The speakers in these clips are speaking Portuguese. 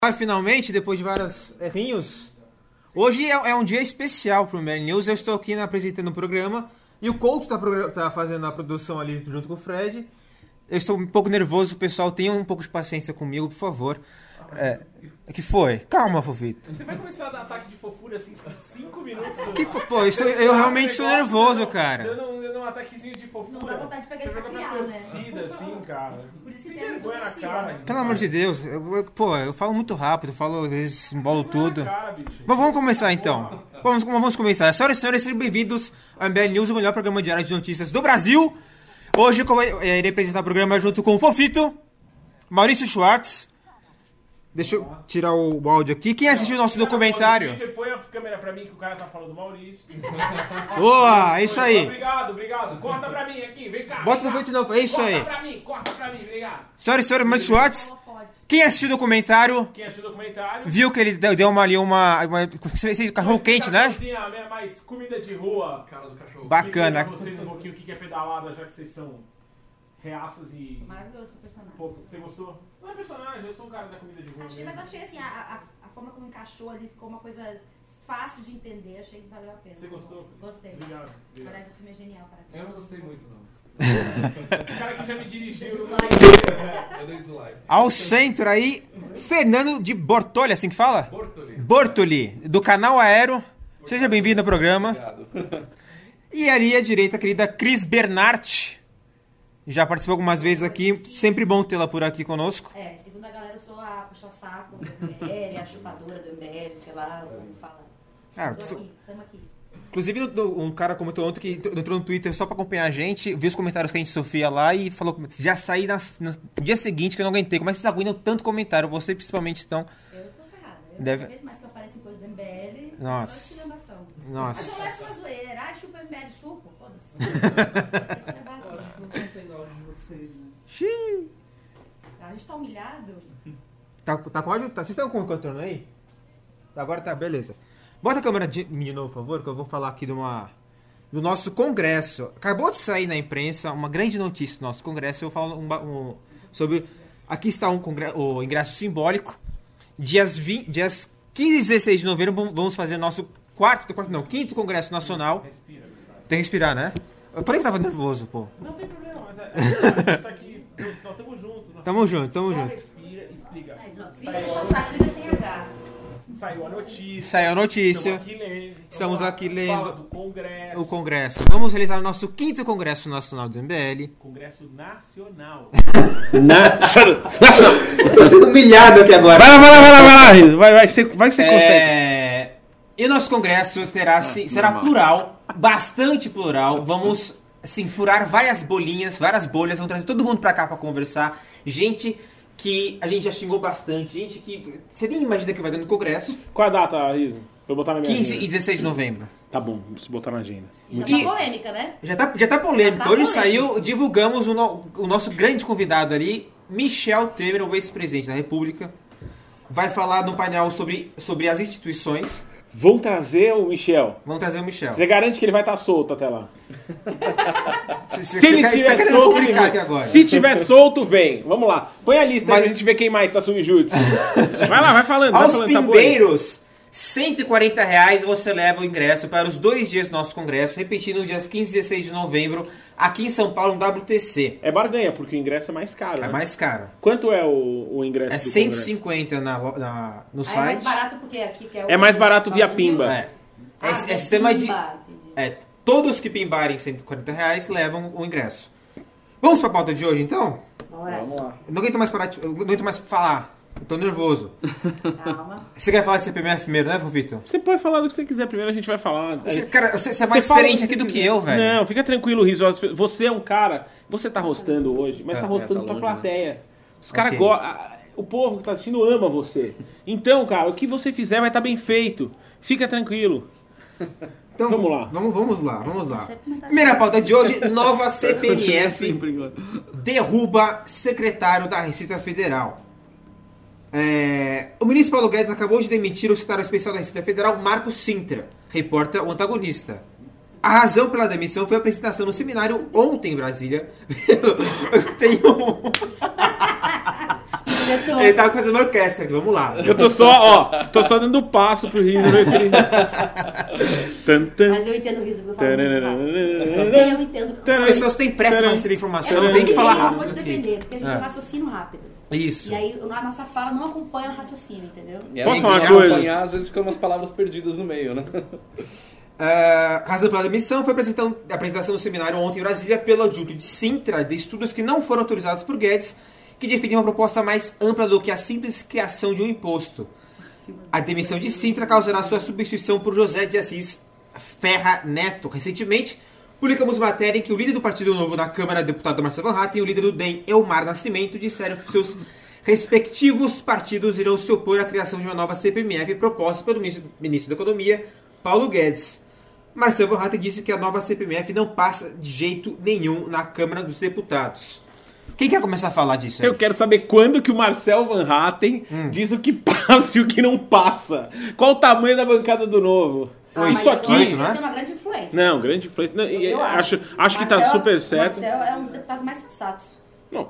Finalmente, depois de vários errinhos, hoje é um dia especial pro MBL News. Eu estou aqui apresentando o programa e o Couto tá fazendo a produção ali junto com o Fred. Eu estou um pouco nervoso, pessoal, tenham um pouco de paciência comigo, por favor. Que foi? Calma, Fofito. Você vai começar a dar ataque de fofura assim por 5 minutos? Eu realmente estou nervoso, cara. Dando um ataquezinho de fofura. Não dá vontade de pegar Você ele pra vai criar, pra né? torcida assim, cara. Por isso que Tem tem vergonha na torcida. cara. Pelo amor de Deus, eu falo muito rápido, às vezes embolo tudo. Cara, bicho. Bom, vamos começar então. Vamos começar. Senhoras e senhores, sejam bem-vindos ao MBL News, o melhor programa diário de notícias do Brasil. Hoje eu irei apresentar o programa junto com o Fofito, Maurício Schwartz. Deixa eu tirar o áudio aqui. Quem assistiu o nosso documentário? Põe a câmera pra mim que o cara tá falando do Maurício. Boa, é isso aí. Obrigado. Corta pra mim aqui, vem cá. Bota no de novo, é isso aí. Corta pra mim, obrigado. Senhoras e senhores, Maurício Schwartz. Quem assistiu o documentário Quem assistiu o documentário? viu que ele deu uma cachorro quente, né? Cozinha, mais comida de rua. Cara do cachorro. Bacana. Explica pra vocês um pouquinho o que é pedalada, já que vocês são reaças e... Maravilhoso o personagem. Pô, você gostou? Não é personagem, eu sou um cara da comida de rua. Mas achei assim, a forma como encaixou ali ficou uma coisa fácil de entender, achei que valeu a pena. Você gostou? Gostei. Obrigado. Aliás, o filme é genial, cara. Eu não gostei muito, não. O cara que já me dirigiu. Eu dei dislike. Ao centro aí, Fernando de Bortoli, assim que fala? Bortoli. Bortoli, do canal Aero. Seja bem-vindo ao programa. Obrigado. E ali à direita, a querida Cris Bernart. Já participou algumas vezes aqui. Sempre bom tê-la por aqui conosco. Segundo a galera, eu sou a puxa-saco do MBL, a chupadora do MBL, sei lá, como fala. Tamo aqui. Inclusive, um cara comentou ontem que entrou no Twitter só pra acompanhar a gente, viu os comentários que a gente sofria lá e falou: já saí no dia seguinte que eu não aguentei. Como é que vocês aguentam tanto comentário? Você principalmente, então. Eu tô ferrada. Deve- Cada vez mais que aparecem coisas do MBL, Nossa. só esculhambação. Nossa. Mas eu levo uma zoeira. Ah, chupa MBL, chupa, foda-se. Tem que levar assim. Não pensei na hora de vocês, né? Xiii. A gente tá humilhado. Tá com áudio? Vocês estão com o contorno aí? Agora tá, beleza. Bota a câmera de mim de novo, por favor, que eu vou falar aqui do nosso congresso. Acabou de sair na imprensa uma grande notícia do nosso congresso. Eu falo sobre... Aqui está o ingresso simbólico. Dias 15 e 16 de novembro vamos fazer nosso quinto congresso nacional. Respira. Tem que respirar, né? Eu falei que tava nervoso, pô. Não tem problema, mas a gente tá aqui. Nós tamo junto. Tamo junto. Só respira e explica. Cris puxa-saco, Cris é sem H. Saiu a notícia. Saiu a notícia. Estamos aqui lendo. lendo Fala do congresso. o congresso. Vamos realizar o nosso quinto congresso nacional do MBL. Congresso nacional. Estou sendo humilhado aqui agora. Vai que você consegue. E o nosso congresso será plural, bastante plural. Vamos, assim, furar várias bolhas. Vamos trazer todo mundo pra cá pra conversar. Gente que a gente já xingou bastante. Gente que você nem imagina que vai dar no congresso. Qual a data, Isa? Pra eu botar na minha 15 agenda. e 16 de novembro. Tá bom, preciso botar na agenda. Já E- tá polêmica, né? Já tá polêmico. Já tá Hoje polêmico. saiu, divulgamos o nosso grande convidado ali, Michel Temer, o ex-presidente da República. Vai falar no painel sobre as instituições. Vão trazer o Michel. Vamos trazer o Michel. Você garante que ele vai estar solto até lá. Se ele tá tiver querendo solto, publicar ele aqui vem. agora. Se tiver solto, vem. Vamos lá. Põe a lista aí Mas- pra gente ver quem mais tá subjúdice. Vai lá, vai falando. Aos tá boa? pimbeiros, R$140 você leva o ingresso para os 2 dias do nosso congresso, repetindo os dias 15 e 16 de novembro, aqui em São Paulo, no WTC. É barganha, porque o ingresso é mais caro, É né? mais caro. Quanto é o ingresso É do 150 no Aí é site. mais barato porque aqui que É mais barato via Pimba. É sistema de... Entendi. Todos que pimbarem R$140 levam o ingresso. Vamos para a pauta de hoje, então? Bora. Vamos lá. Eu não aguento mais eu não aguento mais falar. Eu tô nervoso. Calma. Você quer falar de CPMF primeiro, né, Fofito? Você pode falar do que você quiser. Primeiro a gente vai falar. Cara, você é mais fala experiente o que aqui do você que quiser. eu, velho. Não, fica tranquilo, Riso. Você é um cara... Você tá rostando hoje, mas tá rostando tá pra longe, plateia. Os caras Ok. gostam... O povo que tá assistindo ama você. Então, cara, o que você fizer vai estar bem feito. Fica tranquilo. Então, Vamos lá. Vamos lá. Você comentar- Primeira pauta de hoje, nova CPMF Sempre igual. derruba secretário da Receita Federal. O ministro Paulo Guedes acabou de demitir o secretário especial da Receita Federal, Marcos Sintra, reporta o antagonista. A razão pela demissão foi a apresentação no seminário ontem em Brasília. Eu tenho... diretor. Ele tava fazendo orquestra aqui, vamos lá. Eu tô só dando passo pro riso, ver se ele... Mas eu entendo o riso, eu falo muito rápido. Eu entendo. As pessoas têm pressa pra receber informação, tem que falar Eu vou te rápido. defender, porque a gente tem raciocínio rápido. Isso. E aí a nossa fala não acompanha o raciocínio, entendeu? E Posso assim, falar uma acompanhar, coisa? às vezes ficam umas palavras perdidas no meio, né? Razão pela demissão foi a apresentação do seminário ontem em Brasília pelo adjunto de Sintra de estudos que não foram autorizados por Guedes, que definiu uma proposta mais ampla do que a simples criação de um imposto. A demissão de Sintra causará sua substituição por José de Assis Ferra Neto. Recentemente, publicamos matéria em que o líder do Partido Novo na Câmara, deputado Marcelo Van Hatten, e o líder do DEM, Elmar Nascimento, disseram que seus respectivos partidos irão se opor à criação de uma nova CPMF proposta pelo ministro da Economia, Paulo Guedes. Marcelo Van Hatten disse que a nova CPMF não passa de jeito nenhum na Câmara dos Deputados. Quem quer começar a falar disso aí? Eu quero saber quando que o Marcel Van Hatten diz o que passa e o que não passa. Qual o tamanho da bancada do Novo? Isso aqui... Ele tem uma grande influência. Não, grande influência. Não, Eu acho que tá Marcel- super certo. Marcel é um dos deputados mais sensatos. Não,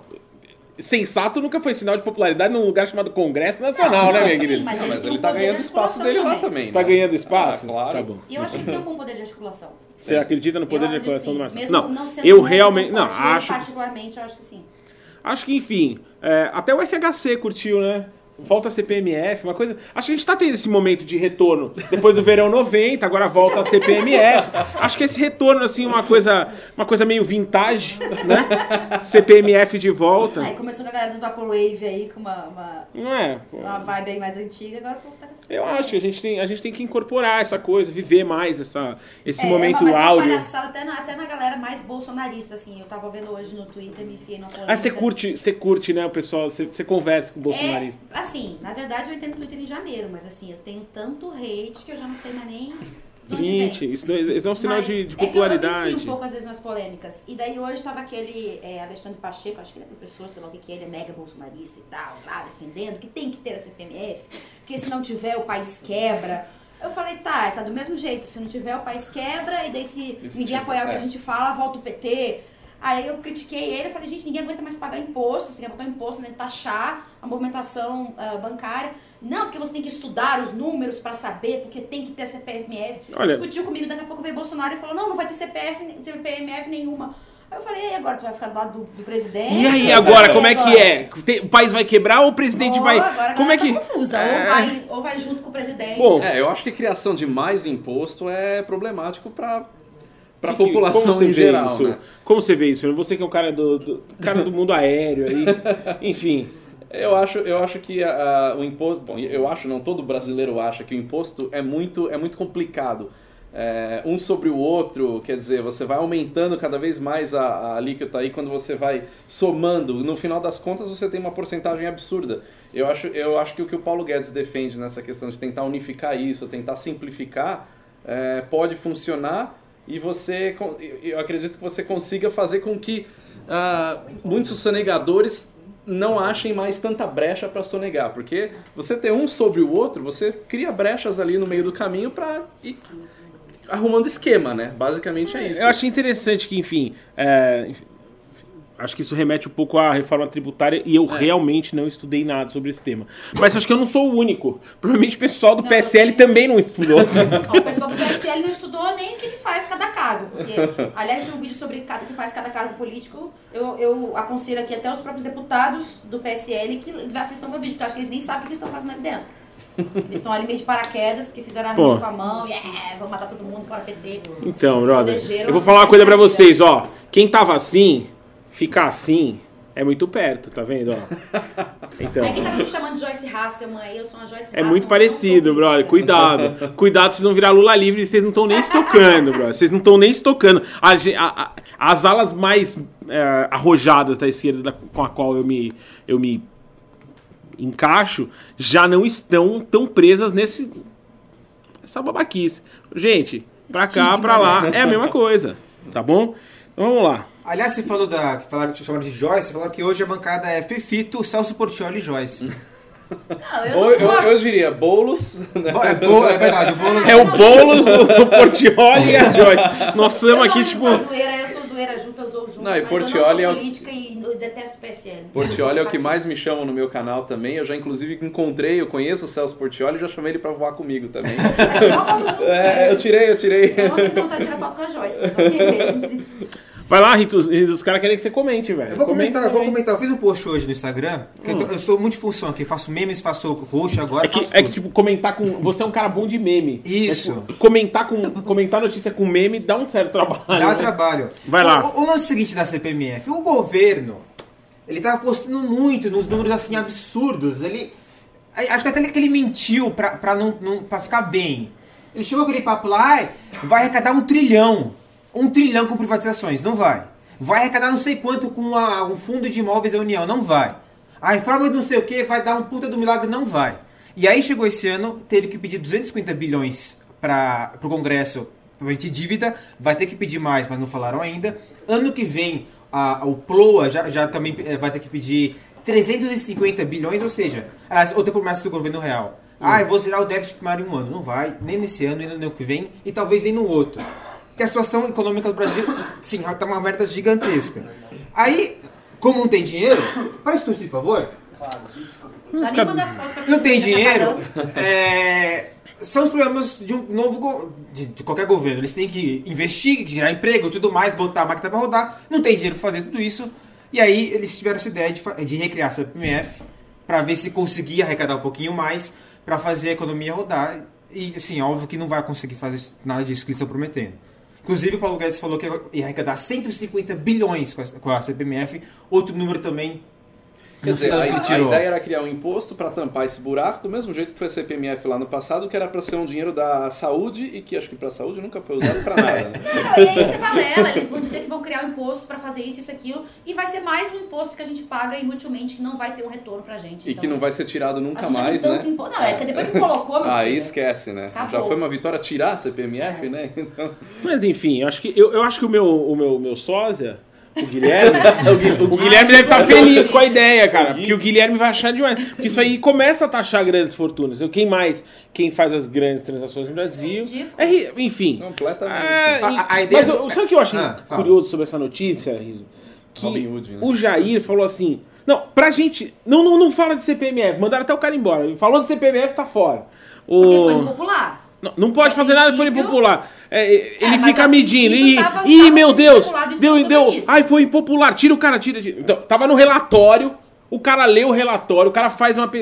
sensato nunca foi sinal de popularidade num lugar chamado Congresso Nacional, né, minha sim, querida? mas Não, mas tem ele um tá poder de ganhando espaço articulação dele lá também. também. Tá né? ganhando espaço? Claro. Tá bom. E eu acho que ele tem um bom poder de articulação. Você acredita no poder Eu de acredito, articulação do sim. Marcelo? Mesmo Não, sendo eu tão realmente... Não, forte, ele acho... particularmente, eu acho que sim. Acho que, enfim, até o FHC curtiu, né? Volta a CPMF, uma coisa... Acho que a gente tá tendo esse momento de retorno. Depois do verão 90, agora volta a CPMF. Acho que esse retorno, assim, uma coisa meio vintage, né? CPMF de volta. Aí começou com a galera do Vaporwave aí, com uma Não é? uma vibe aí mais antiga, agora o povo tá com essa... Eu acho que a gente tem que incorporar essa coisa, viver mais esse momento mas áudio. uma palhaçada até na galera mais bolsonarista, assim. Eu tava vendo hoje no Twitter, me enfiei numa polêmica. Ah, você curte, né, o pessoal? Você conversa com o bolsonarista. Assim, na verdade eu entrei no Twitter em janeiro, mas assim, eu tenho tanto hate que eu já não sei mais nem de onde Gente, vem. isso é um sinal Mas de é que eu popularidade. enfio um pouco às vezes nas polêmicas. E daí hoje tava aquele Alexandre Pacheco, acho que ele é professor, sei lá o que ele é mega bolsonarista e tal, lá defendendo que tem que ter a CPMF, porque se não tiver o país quebra. Eu falei, tá do mesmo jeito, se não tiver o país quebra, e daí se ninguém apoiar o que a gente fala, volta o PT. Aí eu critiquei ele, falei, gente, ninguém aguenta mais pagar imposto, você quer botar um imposto, né, taxar a movimentação bancária. Não, porque você tem que estudar os números pra saber, porque tem que ter CPMF. Olha, discutiu comigo, daqui a pouco veio Bolsonaro e falou, não vai ter CPMF nenhuma. Aí eu falei, e aí, agora tu vai ficar do lado do presidente? E aí, agora, como é que é? O país vai quebrar ou o presidente vai... Agora a Como é galera que... tá confusa, ou vai junto com o presidente. Bom, Eu acho que a criação de mais imposto é problemático para a como população você em vê geral, isso? né? Como você vê isso? Você que é um cara cara do mundo aéreo aí, enfim... Eu acho que o imposto... Bom, eu acho, não todo brasileiro acha que o imposto é muito complicado. Um sobre o outro, quer dizer, você vai aumentando cada vez mais a alíquota aí quando você vai somando. No final das contas, você tem uma porcentagem absurda. Eu acho que o Paulo Guedes defende nessa questão de tentar unificar isso, tentar simplificar, pode funcionar e eu acredito que você consiga fazer com que muitos sonegadores não achem mais tanta brecha para sonegar, porque você ter um sobre o outro, você cria brechas ali no meio do caminho para ir arrumando esquema, né? Basicamente é isso. Eu achei interessante que, enfim, acho que isso remete um pouco à reforma tributária e eu realmente não estudei nada sobre esse tema. Mas acho que eu não sou o único. Provavelmente o pessoal do PSL também não estudou. O pessoal do PSL não estudou nem o que faz cada cargo. Porque, aliás, tem um vídeo sobre o que faz cada cargo político. Eu aconselho aqui até os próprios deputados do PSL que assistam meu vídeo, porque eu acho que eles nem sabem o que eles estão fazendo ali dentro. Eles estão ali meio de paraquedas, porque fizeram a reunião com a mão, vão matar todo mundo, fora PT. Então, brother, Se elegeram eu vou assim, falar uma coisa pra vocês, ó. Quem tava assim, ficar assim, é muito perto, tá vendo, ó? Então, Aí quem tá me chamando de Joyce Hasselman, aí eu sou uma Joyce Hasselman. é muito eu parecido, não sou brother. política. Cuidado, vocês vão virar Lula livre e vocês não estão nem estocando, brother. Vocês não estão nem estocando. As alas mais arrojadas da esquerda com a qual eu me encaixo já não estão tão presas essa babaquice. Gente, pra cá, pra lá, é a mesma coisa, tá bom? Então vamos lá. Aliás, você falou que te chamaram de Joyce, falaram que hoje a bancada é Fefito, Celso Portiolli e Joyce. Não, Eu diria Boulos, né? É verdade, o Boulos... É o Boulos, o Portiolli e a Joyce. Nós estamos aqui, tipo... Eu sou zoeira juntas ou juntas, Não, e mas eu não Portiolli sou é o- política e eu detesto o PSL. Portiolli é o que mais me chamam no meu canal também. Eu já, inclusive, eu conheço o Celso Portiolli e já chamei ele pra voar comigo também. Mas tirou foto junto, né? Eu tirei. Eu não tenho vontade de tirar foto com a Joyce, mas ok. Vai lá, Ritos, os caras querem que você comente, velho. Eu vou Comenta comentar, também. Eu fiz um post hoje no Instagram, que eu sou multifunção aqui, faço memes, faço roxo agora, faço É que, tudo. tipo, comentar com... Você é um cara bom de meme. Isso. Mas, tipo, comentar notícia com meme dá um certo trabalho. Dá né? trabalho. Vai lá. O lance seguinte da CPMF, o governo, ele tava postando muito nos números assim absurdos. Acho que até que ele mentiu pra ficar bem. Ele chegou com aquele papo lá, vai arrecadar 1 trilhão. 1 trilhão com privatizações, não vai. Vai arrecadar não sei quanto com o fundo de imóveis da União, não vai. A reforma de não sei o que vai dar um puta do milagre, não vai. E aí chegou esse ano, teve que pedir 250 bilhões pro Congresso para emitir dívida, vai ter que pedir mais, mas não falaram ainda. Ano que vem, o PLOA já também vai ter que pedir 350 bilhões, ou seja, outra promessa do governo real. Eu vou zerar o déficit primário em um ano. Não vai, nem nesse ano, nem no ano que vem, e talvez nem no outro. Porque a situação econômica do Brasil, sim, tá uma merda gigantesca. Aí, como não tem dinheiro, faz tu, por favor. Já nem uma das fotos pra Não tem pessoa que tá dinheiro, pagando. são os problemas de um novo de qualquer governo. Eles têm que investir, gerar emprego e tudo mais, botar a máquina para rodar. Não tem dinheiro para fazer tudo isso. E aí eles tiveram essa ideia de recriar essa CPMF para ver se conseguia arrecadar um pouquinho mais para fazer a economia rodar. E assim, óbvio que não vai conseguir fazer nada disso que eles estão prometendo. Inclusive o Paulo Guedes falou que ia arrecadar 150 bilhões com a CPMF, outro número também. Quer dizer, Não sei a onde ele tirou. ideia era criar um imposto para tampar esse buraco, do mesmo jeito que foi a CPMF lá no passado, que era para ser um dinheiro da saúde e que acho que para a saúde nunca foi usado para nada. Né? Não, e aí isso é balela, eles vão dizer que vão criar um imposto pra fazer isso, aquilo, e vai ser mais um imposto que a gente paga inutilmente, que não vai ter um retorno pra gente. E que não vai ser tirado nunca a gente mais, tem né? tanto imposto. Não, é que depois que colocou, meu Aí filho, esquece, né? Acabou. Já foi uma vitória tirar a CPMF, né? Então... Mas enfim, eu acho que o meu sósia, o Guilherme, o Guilherme deve estar feliz com a ideia, cara. Porque o Guilherme vai achar demais. Porque isso aí começa a taxar grandes fortunas. Quem faz as grandes transações no Brasil. Enfim. Completamente. A ideia Mas sabe o que eu achei fala. curioso sobre essa notícia, Riso? Que Robin Hood, né? o Jair falou assim... Não, pra gente... Não fala de CPMF. Mandaram até o cara embora. Falou de CPMF, tá fora. porque foi impopular. Não pode A fazer nada foi princípio- impopular. Ele mas fica a medindo. princípio tava Meu sendo Deus! especulado Deu. pelos governistas. Ai, foi impopular. Tira o cara, tira. Então, tava no relatório. O cara lê o relatório. O cara faz uma.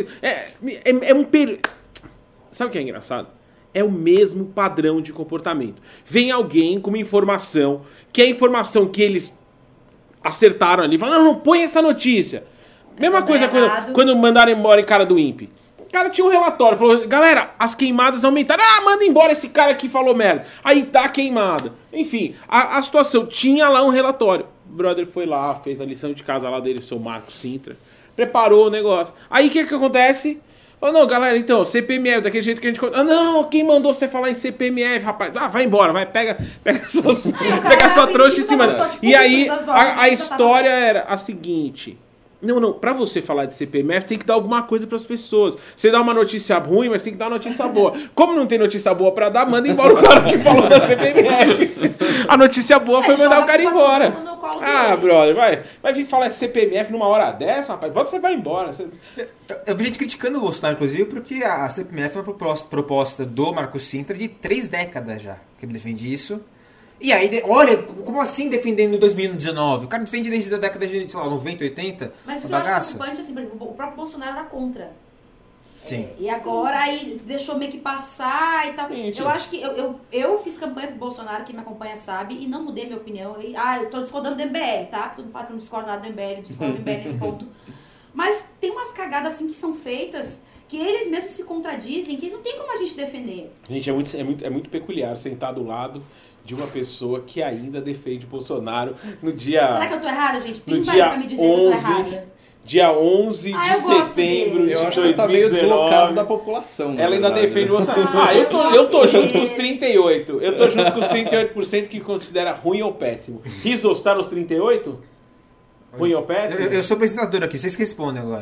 Sabe o que é engraçado? É o mesmo padrão de comportamento. Vem alguém com uma informação, que é a informação que eles acertaram ali. Fala, não, põe essa notícia. Mesma Mandou coisa errado. quando mandaram embora o cara do INPE. O cara tinha um relatório, falou, galera, as queimadas aumentaram. Manda embora esse cara que falou merda. Aí tá queimada. Enfim, a situação tinha lá um relatório. O brother foi lá, fez a lição de casa lá dele, o seu Marcos Sintra. Preparou o negócio. Aí o que acontece? Falou, não, galera, então, CPMF, daquele jeito que a gente... não, quem mandou você falar em CPMF, rapaz? Vai embora, vai, pega a sua trouxa em cima. E aí, a história era a seguinte... Não, pra você falar de CPMF tem que dar alguma coisa pras pessoas. Você dá uma notícia ruim, mas tem que dar uma notícia boa. Como não tem notícia boa pra dar, manda embora o cara que falou da CPMF. A notícia boa foi mandar o cara embora. Brother, vai vir falar de CPMF numa hora dessa, rapaz? Você vai embora. Eu vi gente criticando o Bolsonaro, inclusive, porque a CPMF é uma proposta do Marcos Sintra de 3 décadas já, que ele defende isso. E aí, olha, como assim defendendo em 2019? O cara defende desde a década de, sei lá, 90, 80, Mas o que eu acho preocupante, assim, por exemplo, o próprio Bolsonaro era contra. Sim. E agora aí deixou meio que passar e tal. Gente. Eu acho que eu fiz campanha pro Bolsonaro, quem me acompanha sabe, e não mudei minha opinião. Eu tô discordando do MBL, tá? Todo mundo fala que eu não discordo nada do MBL, discordo do MBL nesse ponto. Mas tem umas cagadas assim que são feitas que eles mesmos se contradizem, que não tem como a gente defender. Gente, é muito peculiar sentar do lado de uma pessoa que ainda defende Bolsonaro no dia... Será que eu tô errada, gente? No Quem vai dia pra me dizer se eu tô errada? Dia 11 eu de gosto setembro dele. de Eu acho que 2019. você tá meio deslocado da população. na Ela ainda verdade, defende o né? Bolsonaro. eu Eu tô gosto junto com os dele. 38. Eu tô junto com os 38% que considera ruim ou péssimo. Risos, tá nos 38? Ruim ou péssimo? Eu sou apresentador aqui, vocês que respondem agora.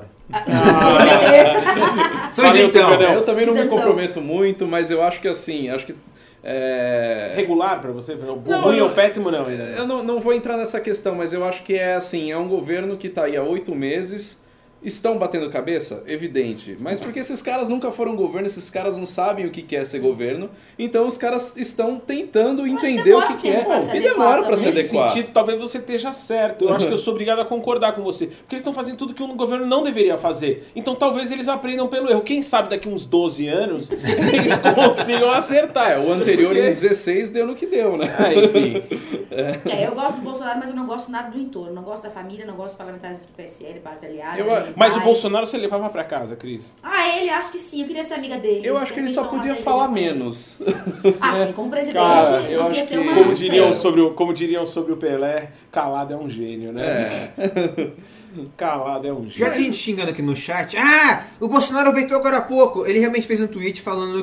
Valeu, então. Tucanão. Eu também não me Isentão. comprometo muito, mas eu acho que assim, Regular pra você? Não, Ruim eu- ou péssimo não? eu não vou entrar nessa questão, mas eu acho que é assim, é um governo que tá aí há 8 meses. Estão batendo cabeça? Evidente. Mas porque esses caras nunca foram governo, esses caras não sabem o que é ser governo, então os caras estão tentando entender o demora que é. tempo pra se E demora adequar pra se Nesse adequar. sentido, talvez você esteja certo. Eu acho que eu sou obrigado a concordar com você. Porque eles estão fazendo tudo que um governo não deveria fazer. Então talvez eles aprendam pelo erro. Quem sabe daqui uns 12 anos eles consigam acertar. O anterior Porque- em 16 deu no que deu, né? Enfim. Eu gosto do Bolsonaro, mas eu não gosto nada do entorno. Não gosto da família, não gosto dos parlamentares do PSL, base aliada. Mas o Bolsonaro você levava pra casa, Cris? Ele, acho que sim. Eu queria ser amiga dele. Eu acho que ele só Tomar uma podia cerveja falar com ele. menos. Assim, como presidente, Cara, eu devia acho ter que- uma... Como diriam sobre o Pelé, calado é um gênio, né? Calado é um Já gênio. tem gente xingando aqui no chat. O Bolsonaro vetou agora há pouco. Ele realmente fez um tweet falando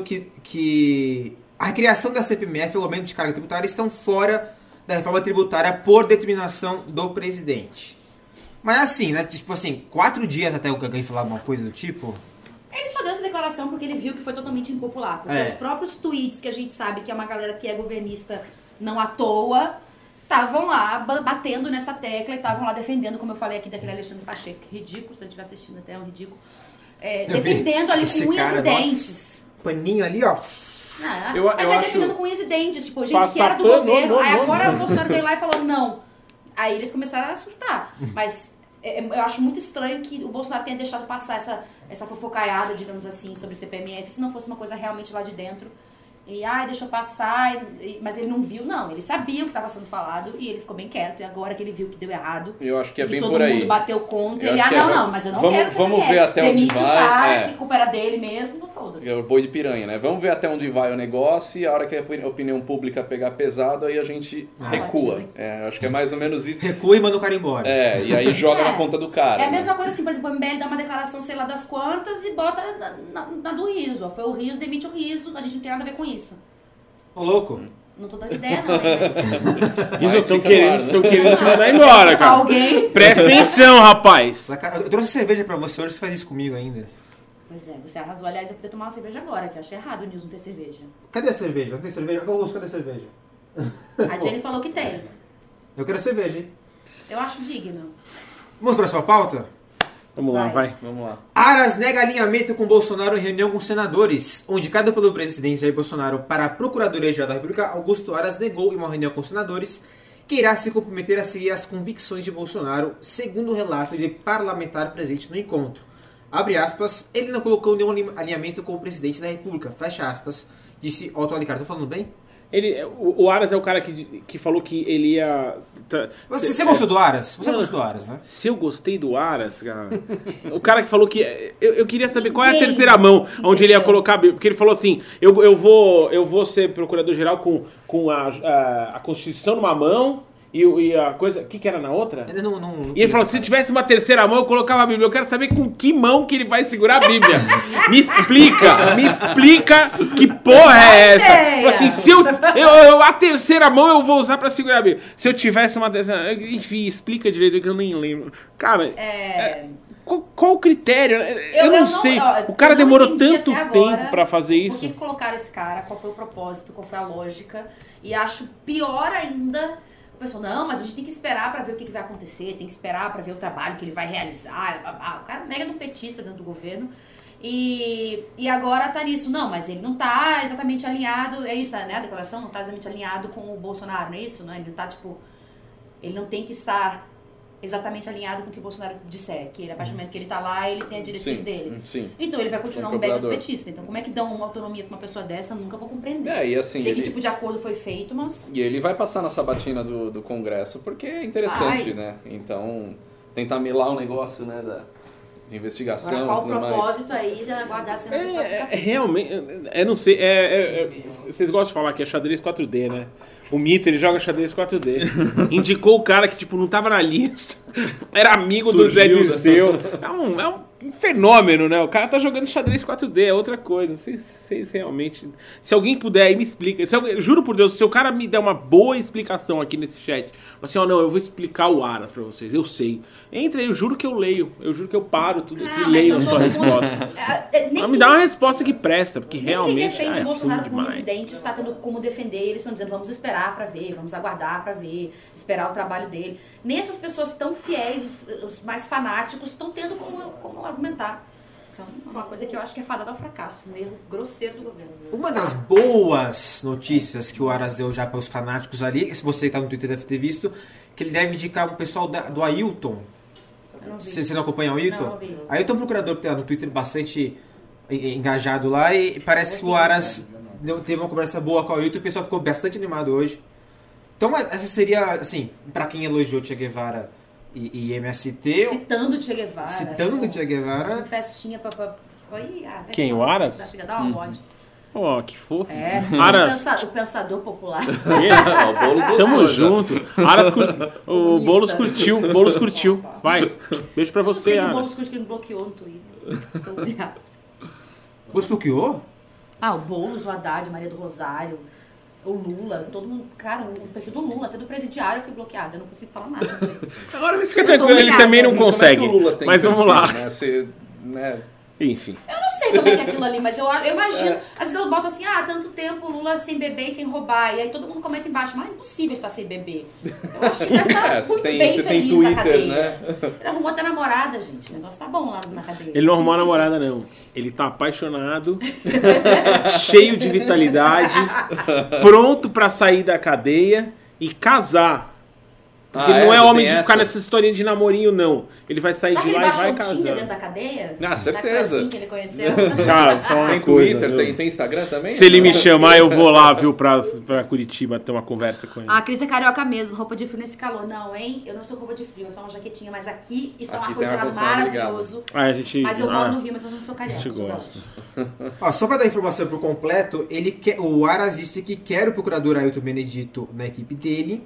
que a criação da CPMF e o aumento de carga tributária estão fora da reforma tributária por determinação do presidente. Mas assim, né? Tipo assim, 4 dias até o Gagan falar alguma coisa do tipo. Ele só deu essa declaração porque ele viu que foi totalmente impopular. Porque os próprios tweets que a gente sabe que é uma galera que é governista não à toa, estavam lá batendo nessa tecla e estavam lá defendendo, como eu falei aqui daquele Alexandre Pacheco. Ridículo, se ele estiver assistindo até, é um ridículo. Defendendo ali Esse com unhas cara, e dentes. Paninho ali, ó. Eu Mas acho- defendendo com unhas e dentes. Tipo, gente que Passar era do pano, governo. não, Aí não, agora não. o Bolsonaro veio lá e falou não. Aí eles começaram a surtar. Mas eu acho muito estranho que o Bolsonaro tenha deixado passar essa fofocaiada, digamos assim, sobre CPMF, se não fosse uma coisa realmente lá de dentro. E, deixou passar, mas ele não viu, não. Ele sabia o que estava sendo falado e ele ficou bem quieto. E agora que ele viu que deu errado, Eu acho que é que bem todo por aí. mundo bateu contra, Eu ele, acho que é- não, mas eu não vamos- quero vamos CPMF. ver até onde Demite vai, o cara, é. que a culpa era dele mesmo, foda-se. É o boi de piranha, né? Vamos ver até onde vai o negócio e a hora que a opinião pública pegar pesado, aí a gente recua. dizem. Eu acho que é mais ou menos isso. Recua e manda o cara embora. E aí joga na conta do cara. É a né? mesma coisa assim, por exemplo, o MBL dá uma declaração, sei lá das quantas, e bota na do riso. Ó. Foi o riso, demite o riso, a gente não tem nada a ver com isso. Ô, louco. Não tô dando ideia, não, hein, mas... Isso, Mas estão fica querendo, no ar, né? querendo te mandar embora, cara. Alguém... Presta atenção, rapaz. Eu trouxe cerveja pra você, hoje você faz isso comigo ainda. Pois é, você arrasou. Aliás, eu podia tomar uma cerveja agora, que eu achei errado o Nilson ter cerveja. Cadê a cerveja? Não tem cerveja? Cadê a cerveja? A Jenny falou que tem. Eu quero cerveja, hein? Eu acho digno. Vamos para a sua pauta? Vamos lá, vai. Vamos lá. Aras nega alinhamento com Bolsonaro em reunião com senadores. O indicado pelo presidente Jair Bolsonaro para a Procuradoria-Geral da República, Augusto Aras, negou em uma reunião com senadores que irá se comprometer a seguir as convicções de Bolsonaro, segundo o relato de parlamentar presente no encontro. Abre aspas, ele não colocou nenhum alinhamento com o presidente da República, fecha aspas, disse Otto Alencar. Tô falando bem? O Aras é o cara que falou que ele ia... Você gostou do Aras? Você gostou do Aras, né? Se eu gostei do Aras, cara... o cara que falou que... Eu queria saber qual é a Ninguém terceira mão onde ele ia entendeu. colocar... Porque ele falou assim, eu vou ser procurador-geral com a Constituição numa mão e a coisa... O que era na outra? Ainda não E ele falou, se tivesse uma terceira mão, eu colocava a Bíblia. Eu quero saber com que mão que ele vai segurar a Bíblia. Me explica que porra é essa. Ideia. Falou assim, se a terceira mão eu vou usar pra segurar a Bíblia. Se eu tivesse uma terceira... Enfim, explica direito que eu nem lembro. Cara, qual o critério? Eu não sei. ó, O cara eu não demorou entendi tanto até agora tempo pra fazer Por isso. que colocaram esse cara? Qual foi o propósito? Qual foi a lógica? E acho pior ainda... O pessoal, não, mas a gente tem que esperar pra ver o que vai acontecer, tem que esperar pra ver o trabalho que ele vai realizar. O cara é mega de um petista dentro do governo. E agora tá nisso. Não, mas ele não tá exatamente alinhado. É isso, né? A declaração não tá exatamente alinhado com o Bolsonaro, não é isso? Né? Ele não tá, tipo... Ele não tem que estar exatamente alinhado com o que o Bolsonaro disser. Que ele, a partir do momento que ele tá lá, ele tem a diretriz dele. Sim. Então ele vai continuar Como um mega procurador. petista. Então como é que dão uma autonomia pra uma pessoa dessa? Eu nunca vou compreender. E assim, Sei que ele, tipo de acordo foi feito, mas... e ele vai passar na sabatina do Congresso porque é interessante, Vai. né? Então, tentar melar o negócio, né, de investigação Agora, qual e o tudo mais. propósito aí de aguardar a cena do próximo capítulo? Realmente, eu não sei. Vocês gostam de falar que é xadrez 4D, né? O Mito, ele joga xadrez 4D. Indicou o cara que, tipo, não tava na lista. Era amigo do Zé Surgiu, né? Dirceu. um fenômeno, né? O cara tá jogando xadrez 4D, é outra coisa. Vocês realmente... Se alguém puder aí, me explica. Juro por Deus, se o cara me der uma boa explicação aqui nesse chat, assim, ó, não, eu vou explicar o Aras pra vocês, eu sei. Entra aí, eu juro que eu leio. Eu juro que eu paro tudo aqui e leio a sua resposta. Mas me dá uma resposta que presta, porque realmente... Quem defende o Bolsonaro como demais. presidente está tendo como defender. Eles estão dizendo, vamos esperar pra ver, vamos aguardar pra ver, esperar o trabalho dele. Nem essas pessoas tão fiéis, os mais fanáticos, estão tendo como argumentar. Então, é uma coisa que eu acho que é fadada ao fracasso, um erro grosseiro do governo. Uma das boas notícias que o Aras deu já para os fanáticos ali, se você está no Twitter deve ter visto, que ele deve indicar um pessoal do Ailton. Eu não vi. Você não acompanha o Ailton? Não vi. Ailton é um procurador que está no Twitter bastante engajado lá e parece que o Aras teve uma conversa boa com o Ailton e o pessoal ficou bastante animado hoje. Então essa seria, assim, para quem elogiou Che Guevara e MST... Citando o Che Guevara. Citando o Che Guevara. Fazendo festinha pra... Quem, o Aras? Chega a dar uma ódio. Ó, que fofo. É, Aras. o pensador popular. O bolo gostou, Tamo já. junto. Aras o Boulos curtiu. Boulos curtiu. Vai. Beijo pra Eu você, sei que o Aras. Boulos que me bloqueou no Twitter. Tô humilhado. Você bloqueou? O Boulos, o Haddad, Maria do Rosário, o Lula, todo mundo. Cara, o perfil do Lula, até do presidiário eu fui bloqueada. Eu não consigo falar nada. Agora me fica Eu tô tranquilo, ele humilhada. também não Como é que consegue. o Lula tem Mas vamos lá. perfil, né? Você, né? Enfim. Eu não sei como é que é aquilo ali, mas eu imagino. Às vezes eu boto assim, tanto tempo o Lula sem beber e sem roubar. E aí todo mundo comenta embaixo, mas é impossível ele estar sem beber. Eu acho que deve estar muito bem você tem feliz na Twitter, cadeia. né? Ele arrumou até namorada, gente. O negócio tá bom lá na cadeia. Ele não arrumou a namorada, não. Ele tá apaixonado, cheio de vitalidade, pronto pra sair da cadeia e casar. Porque ele não é homem de ficar nessa historinha de namorinho, não. Ele vai sair Será de que ele lá e baixou vai o Tinder casar. dentro da cadeia? Ah, Será que foi certeza. assim que ele conheceu? Cara, fala uma Tem coisa, Twitter, meu. tem Instagram também? Se ele me chamar, eu vou lá, viu, pra Curitiba ter uma conversa com ele. A Cris é carioca mesmo, roupa de frio nesse calor. Não, hein? Eu não sou roupa de frio, eu sou uma jaquetinha, mas aqui está um Aqui tem ar-condicionado ar-condicionado maravilhoso. A gente... Mas eu moro no Rio, mas eu não sou carioca. A gente eu gosta. gosto. Só para dar informação pro completo, o Aras disse que quer o procurador Ailton Benedito na equipe dele.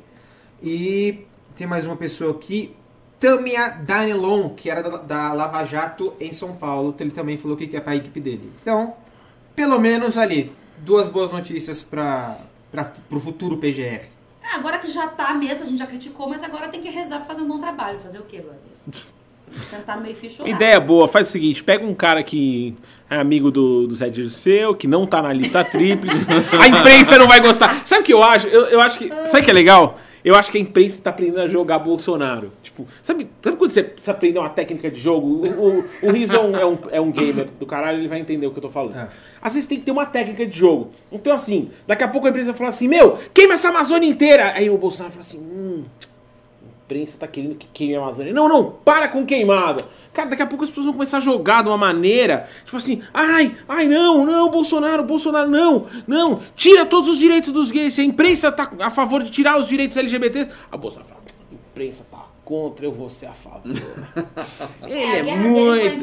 E tem mais uma pessoa aqui, Tamia Danelon, que era da Lava Jato em São Paulo. Ele também falou que quer para a equipe dele. Então, pelo menos ali, duas boas notícias para o futuro PGR. Agora que já tá mesmo, a gente já criticou, mas agora tem que rezar pra fazer um bom trabalho. Fazer o quê, brother? Sentar no meio fio e chorar. Ideia boa, faz o seguinte, pega um cara que é amigo do Zé Dirceu, que não tá na lista tríplice, a imprensa não vai gostar. Sabe o que eu acho? Eu acho que... Sabe o que é legal? Eu acho que a imprensa tá aprendendo a jogar Bolsonaro. Tipo, sabe quando você aprende uma técnica de jogo? O Rizon é um gamer do caralho, ele vai entender o que eu tô falando. É. Às vezes tem que ter uma técnica de jogo. Então assim, daqui a pouco a imprensa fala assim, queima essa Amazônia inteira. Aí o Bolsonaro fala assim, a imprensa tá querendo que queime a Amazônia. Não, para com queimada. Cara, daqui a pouco as pessoas vão começar a jogar de uma maneira, tipo assim, não, Bolsonaro, não, tira todos os direitos dos gays. Se a imprensa tá a favor de tirar os direitos LGBTs, a Bolsonaro fala, a imprensa tá contra, eu vou ser a favor. Ele é muito...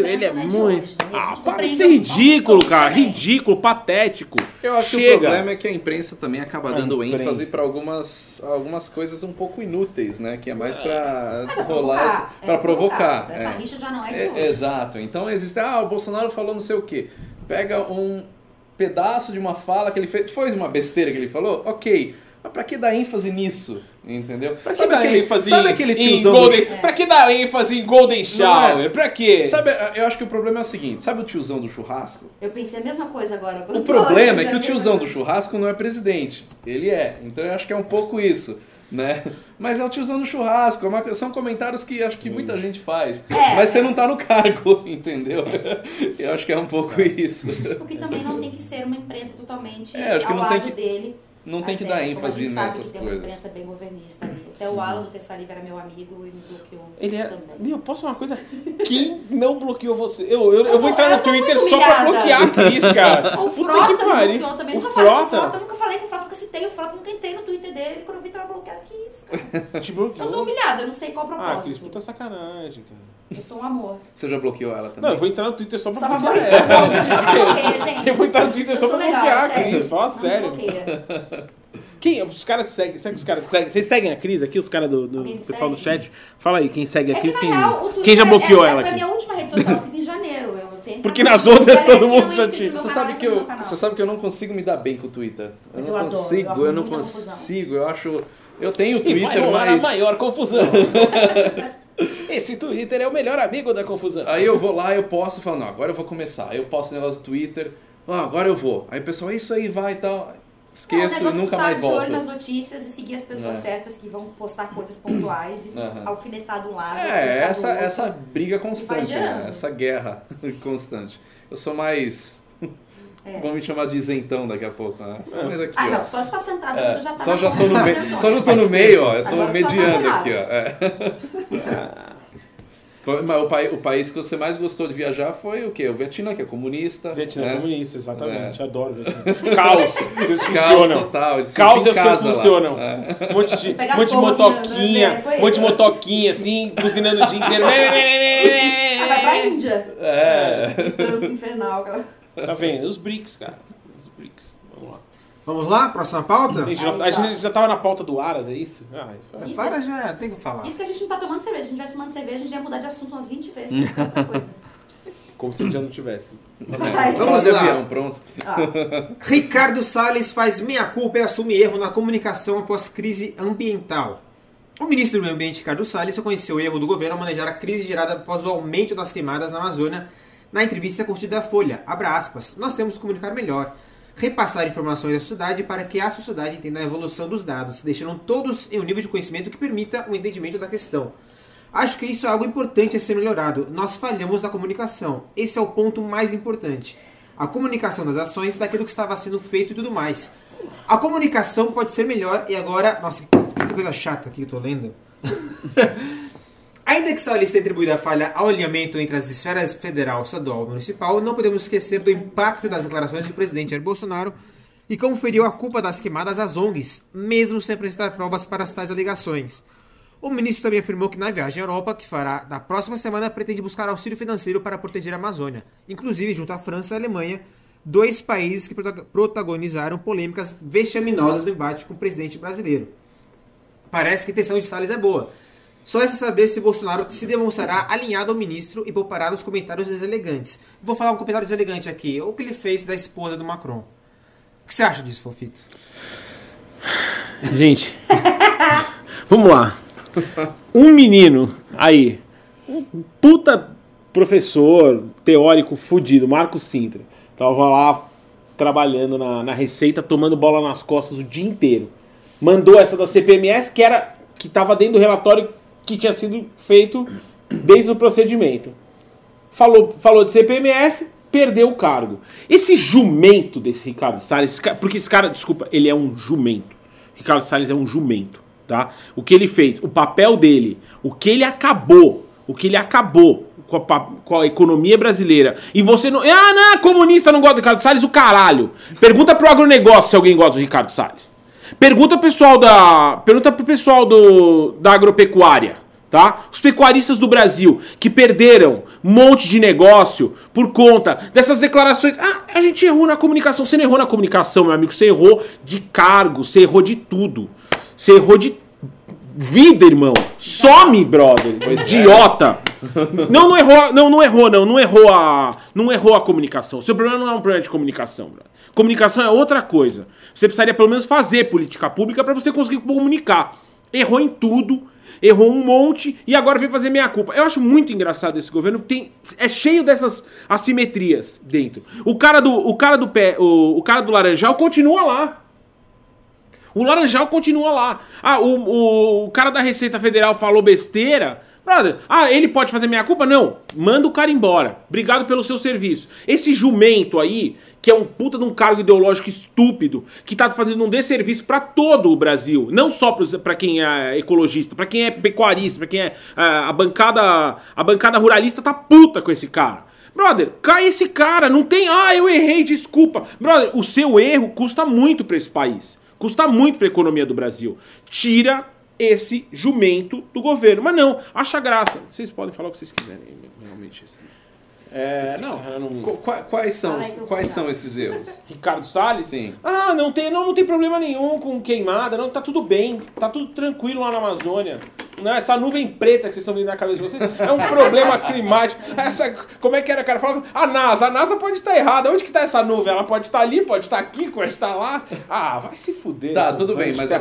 Para de ser ridículo, cara, ridículo, patético. Eu acho que o problema é que a imprensa também acaba dando ênfase para algumas coisas um pouco inúteis, né? Que é mais para rolar, para provocar. Essa rixa já não é de hoje. Exato. Então existe, o Bolsonaro falou não sei o quê. Pega um pedaço de uma fala que ele fez, foi uma besteira que ele falou, ok. Mas pra que dar ênfase nisso? Entendeu? Pra que dar ênfase aquele tiozão Pra que dar ênfase em Golden Shower? Pra quê? Eu acho que o problema é o seguinte, sabe o tiozão do churrasco? Eu pensei a mesma coisa agora. O problema é que o tiozão do churrasco não é presidente. Ele é. Então eu acho que é um pouco isso, né? Mas é o tiozão do churrasco. São comentários que acho que muita gente faz. Mas você não tá no cargo, entendeu? Eu acho que é um pouco isso. Porque também não tem que ser uma imprensa totalmente acho que ao não lado tem que... dele. Não tem que dar ênfase nessas coisas. Tem uma imprensa bem governista ali. Até o Alan do Tessaliva era meu amigo e me bloqueou também. Posso falar uma coisa? Quem não bloqueou você? Eu vou entrar no Twitter só humilhada. pra bloquear a Cris, cara. O Puta Frota que me pariu. bloqueou também. O Nunca falei com o Frota? Frota, nunca falei com o Frota, nunca citei o Frota, nunca entrei no Twitter dele. Quando eu vi, tava bloqueado. Que isso, cara? Te bloqueou? Eu tô humilhada, eu não sei qual o Cris, propósito. puta sacanagem, cara. Eu sou um amor. Você já bloqueou ela também? Não, eu vou entrar no Twitter só pra Só pra bloquear bloquear. ela. Bloqueia, gente. Eu vou entrar no Twitter só Eu pra sou legal, bloquear a sério. Cris. Fala Não sério. bloqueia. Os caras seguem, sabe que os caras seguem? Vocês seguem a Cris aqui, os caras do Alguém pessoal do segue? chat? Fala aí, quem segue a É que, Cris, na quem, real, o Twitter quem já bloqueou ela Foi a aqui? minha última rede social, eu fiz em janeiro. tenho Porque canal. nas outras Parece todo que eu mundo não já inscrevi tinha. no meu Você canal, sabe, entra no meu canal. você sabe que eu não consigo me dar bem com o Twitter. Mas Eu eu não adoro, consigo, eu arrumo eu não muita consigo. Eu acho. Eu tenho E vai Twitter, rolar mas. a maior confusão. Esse Twitter é o melhor amigo da confusão. Aí eu vou lá, eu posto e falo, não, agora eu vou começar. Aí eu posto o negócio do Twitter, agora eu vou. Aí o pessoal, é isso aí, vai e tal. Esqueço e nunca mais de olho volto. nas notícias e seguir as pessoas certas que vão postar coisas pontuais e alfinetar do lado. É, alfinetar do outro. essa briga constante, né? gerando. Essa guerra constante. Eu sou mais. Vão me chamar de isentão daqui a pouco, né? Só mais aqui, Ah, ó. não, só de estar sentado aqui, tu já tá Só na já conta tô no do meio, isentão. só já tô no meio, ó. Eu tô Agora tu só tá mediando ferrado. aqui, ó. Mas o país que você mais gostou de viajar foi o quê? O Vietnã, que é comunista. Vietnã né? comunista, exatamente. Adoro Vietnã. Caos. Eles Caos funcionam. total. eles Caos e ficam as em coisas casa lá. funcionam. É. Um monte de pegar motoquinha, fogo aqui, um monte de motoquinha, assim, buzinando o dia inteiro. Ah, vai pra Índia. É. Trânsito infernal. Tá vendo? Os BRICS, cara. Os BRICS. Vamos lá. Vamos lá? Próxima pauta? A gente já tava na pauta do Aras, é isso? Para já, tem que falar. Isso que a gente não tá tomando cerveja. Se a gente tivesse tomando cerveja, a gente ia mudar de assunto umas 20 vezes. Pra outra coisa. Como se já não tivesse. Vai. Vamos Vamos de lá. avião, pronto. Ricardo Salles faz meia-culpa e assume erro na comunicação após crise ambiental. O ministro do Meio Ambiente, Ricardo Salles, reconheceu o erro do governo ao manejar a crise gerada após o aumento das queimadas na Amazônia na entrevista concedida à Folha. Abra aspas. Nós temos que comunicar melhor. Repassar informações à sociedade para que a sociedade entenda a evolução dos dados, deixando todos em um nível de conhecimento que permita o entendimento da questão. Acho que isso é algo importante a ser melhorado. Nós falhamos na comunicação. Esse é o ponto mais importante. A comunicação das ações, daquilo que estava sendo feito e tudo mais. A comunicação pode ser melhor e agora... Nossa, que coisa chata aqui que eu tô lendo. Ainda que Salles tenha atribuído a falha ao alinhamento entre as esferas federal, estadual e municipal, não podemos esquecer do impacto das declarações do presidente Jair Bolsonaro e conferiu a culpa das queimadas às ONGs, mesmo sem apresentar provas para as tais alegações. O ministro também afirmou que na viagem à Europa, que fará na próxima semana, pretende buscar auxílio financeiro para proteger a Amazônia, inclusive junto à França e à Alemanha, dois países que protagonizaram polêmicas vexaminosas no embate com o presidente brasileiro. Parece que a intenção de Salles é boa. Só é saber se Bolsonaro se demonstrará alinhado ao ministro e poupará nos comentários deselegantes. Vou falar um comentário deselegante aqui. O que ele fez da esposa do Macron. O que você acha disso, Fofito? Gente, vamos lá. Um menino aí, um puta professor teórico fudido, Marcos Sintra, tava lá trabalhando na Receita, tomando bola nas costas o dia inteiro. Mandou essa da CPMS, que tava dentro do relatório que tinha sido feito dentro do procedimento. Falou de CPMF, perdeu o cargo. Esse jumento desse Ricardo Salles, porque esse cara, desculpa, ele é um jumento. Ricardo Salles é um jumento, tá? O que ele fez, o papel dele, o que ele acabou com a economia brasileira. E você não... Ah, não, comunista não gosta do Ricardo Salles, o caralho. Pergunta pro agronegócio se alguém gosta do Ricardo Salles. Pergunta pro pessoal da agropecuária, tá? Os pecuaristas do Brasil que perderam um monte de negócio por conta dessas declarações. Ah, a gente errou na comunicação. Você não errou na comunicação, meu amigo. Você errou de cargo, você errou de tudo. Você errou de vida, irmão. Some, brother. Idiota. Não errou a comunicação. Seu problema não é um problema de comunicação, brother. Comunicação é outra coisa. Você precisaria pelo menos fazer política pública para você conseguir comunicar. Errou em tudo, errou um monte e agora vem fazer meia culpa. Eu acho muito engraçado esse governo, é cheio dessas assimetrias dentro. O cara do Laranjal continua lá. O Laranjal continua lá. Ah, o cara da Receita Federal falou besteira. Brother, ele pode fazer meia culpa? Não. Manda o cara embora. Obrigado pelo seu serviço. Esse jumento aí, que é um puta de um cargo ideológico estúpido, que tá fazendo um desserviço pra todo o Brasil. Não só pra quem é ecologista, pra quem é pecuarista, pra quem é a bancada ruralista tá puta com esse cara. Brother, cai esse cara. Não tem, eu errei, desculpa. Brother, o seu erro custa muito pra esse país. Custa muito pra economia do Brasil. Tira esse jumento do governo. Mas não, acha graça. Vocês podem falar o que vocês quiserem. Realmente. Quais são esses erros? Ricardo Salles? Sim. Não tem problema nenhum com queimada. Não, tá tudo bem. Tá tudo tranquilo lá na Amazônia. Não, essa nuvem preta que vocês estão vendo na cabeça de vocês é um problema climático. Como é que era, cara? Falava, a NASA pode estar errada. Onde que está essa nuvem? Ela pode estar ali, pode estar aqui, pode estar lá. Ah, vai se fuder. Tá, tudo bem, mas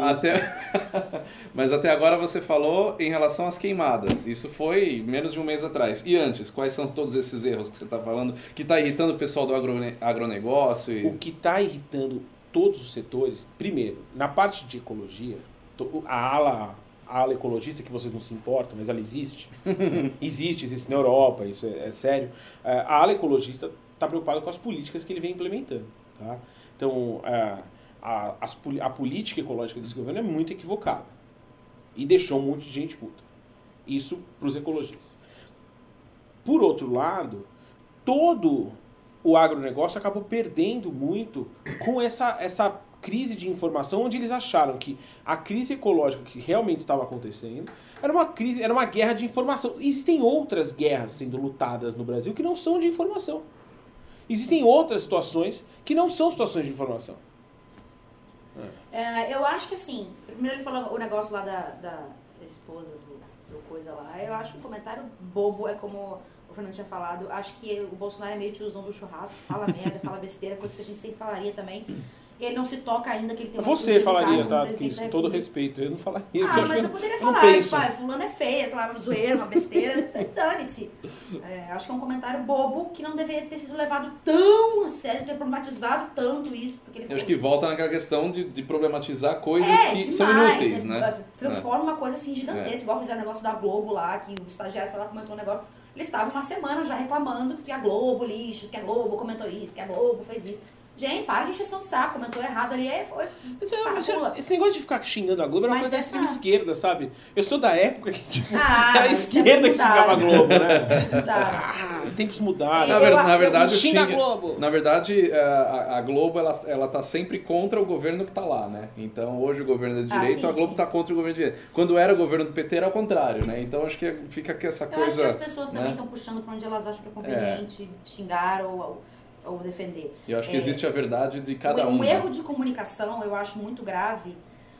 mas até agora você falou em relação às queimadas. Isso foi menos de um mês atrás. E antes, quais são todos esses erros que você está falando, que está irritando o pessoal do agronegócio? E... O que está irritando todos os setores, primeiro, na parte de ecologia, a ala ecologista, que vocês não se importam, mas ela existe. existe na Europa, isso é sério. A ala ecologista está preocupada com as políticas que ele vem implementando. Tá? Então, a política ecológica desse governo é muito equivocada. E deixou um monte de gente puta. Isso para os ecologistas. Por outro lado, todo o agronegócio acabou perdendo muito com essa crise de informação, onde eles acharam que a crise ecológica que realmente estava acontecendo era uma guerra de informação. Existem outras guerras sendo lutadas no Brasil que não são de informação. Existem outras situações que não são situações de informação. Eu acho que assim, primeiro ele falou o negócio lá da esposa do coisa lá, eu acho um comentário bobo, é como o Fernando tinha falado, acho que o Bolsonaro é meio tiozão do churrasco, fala merda, fala besteira, coisas que a gente sempre falaria também. Ele não se toca ainda que ele tem uma Você falaria, tá? Isso, com todo respeito. Eu não falaria. Mas eu poderia falar, tipo, fulano é feia, sei lá, uma zoeira, uma besteira, dane-se. Acho que é um comentário bobo que não deveria ter sido levado tão a sério, ter problematizado tanto isso. Porque ele eu acho que volta naquela questão de problematizar coisas que demais, são inúteis, né? Transforma uma coisa assim gigantesca, igual fizeram o negócio da Globo lá, que o estagiário foi lá comentou um negócio. Ele estava uma semana já reclamando que a Globo lixo, que a Globo comentou isso, que a Globo fez isso. Gente, para de encheção de saco, comentou errado ali, foi. Esse negócio de ficar xingando a Globo era uma coisa da extrema esquerda, sabe? Eu sou da época que, tipo, era a esquerda que xingava a Globo, né? Tempos mudaram. Na verdade, xinga a Globo. Na verdade, a Globo, ela tá sempre contra o governo que tá lá, né? Então, hoje o governo é de direita, sim, a Globo tá contra o governo de direita. Quando era o governo do PT, era ao contrário, né? Então, acho que fica aqui essa coisa... Eu acho que as pessoas também estão puxando pra onde elas acham que é conveniente xingar ou defender. Eu acho que existe a verdade de cada um. Um erro de comunicação eu acho muito grave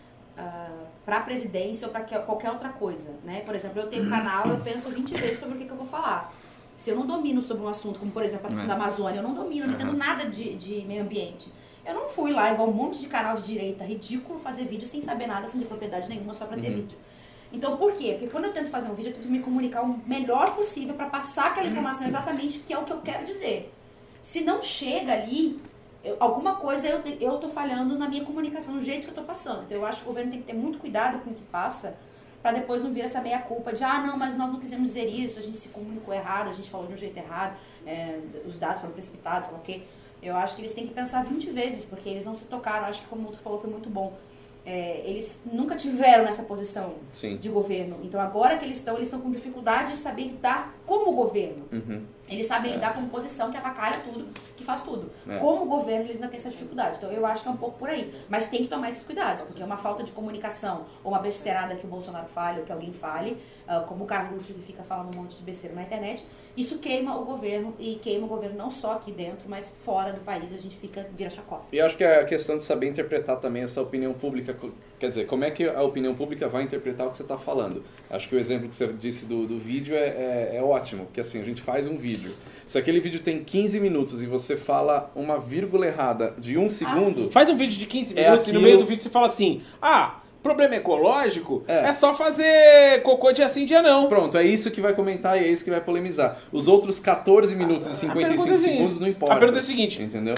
para a presidência ou para qualquer outra coisa, né? Por exemplo, eu tenho um canal, eu penso 20 vezes sobre o que eu vou falar. Se eu não domino sobre um assunto, como por exemplo a questão da Amazônia, eu não domino, não entendo nada de meio ambiente. Eu não fui lá, igual um monte de canal de direita, ridículo, fazer vídeo sem saber nada, sem ter propriedade nenhuma, só para ter vídeo. Então, por quê? Porque quando eu tento fazer um vídeo, eu tento me comunicar o melhor possível para passar aquela informação exatamente que é o que eu quero dizer. Se não chega ali, alguma coisa eu tô falhando na minha comunicação, no jeito que eu tô passando. Então eu acho que o governo tem que ter muito cuidado com o que passa, para depois não vir essa meia-culpa de, não, mas nós não quisemos dizer isso, a gente se comunicou errado, a gente falou de um jeito errado, os dados foram precipitados, sei lá o quê. Eu acho que eles têm que pensar 20 vezes, porque eles não se tocaram, acho que como tu falou, foi muito bom. Eles nunca tiveram nessa posição de governo. Então agora que eles estão com dificuldade de saber lidar como governo. Eles sabem lidar com posição que avacalha tudo, que faz tudo. Como governo eles ainda têm essa dificuldade. Então eu acho que é um pouco por aí. Mas tem que tomar esses cuidados, porque é uma falta de comunicação, ou uma besteirada que o Bolsonaro fale, ou que alguém fale, como o Carluxo que fica falando um monte de besteira na internet, isso queima o governo, e queima o governo não só aqui dentro, mas fora do país, a gente vira chacota. E eu acho que é a questão de saber interpretar também essa opinião pública, quer dizer, como é que a opinião pública vai interpretar o que você está falando. Acho que o exemplo que você disse do vídeo é ótimo, porque assim, a gente faz um vídeo. Se aquele vídeo tem 15 minutos e você fala uma vírgula errada de 1 segundo... Faz um vídeo de 15 minutos e no meio do vídeo você fala assim, problema ecológico é só fazer cocô dia sim, dia não. Pronto, é isso que vai comentar e é isso que vai polemizar. Os outros 14 minutos e 55 segundos não importa. A pergunta é a seguinte, entendeu?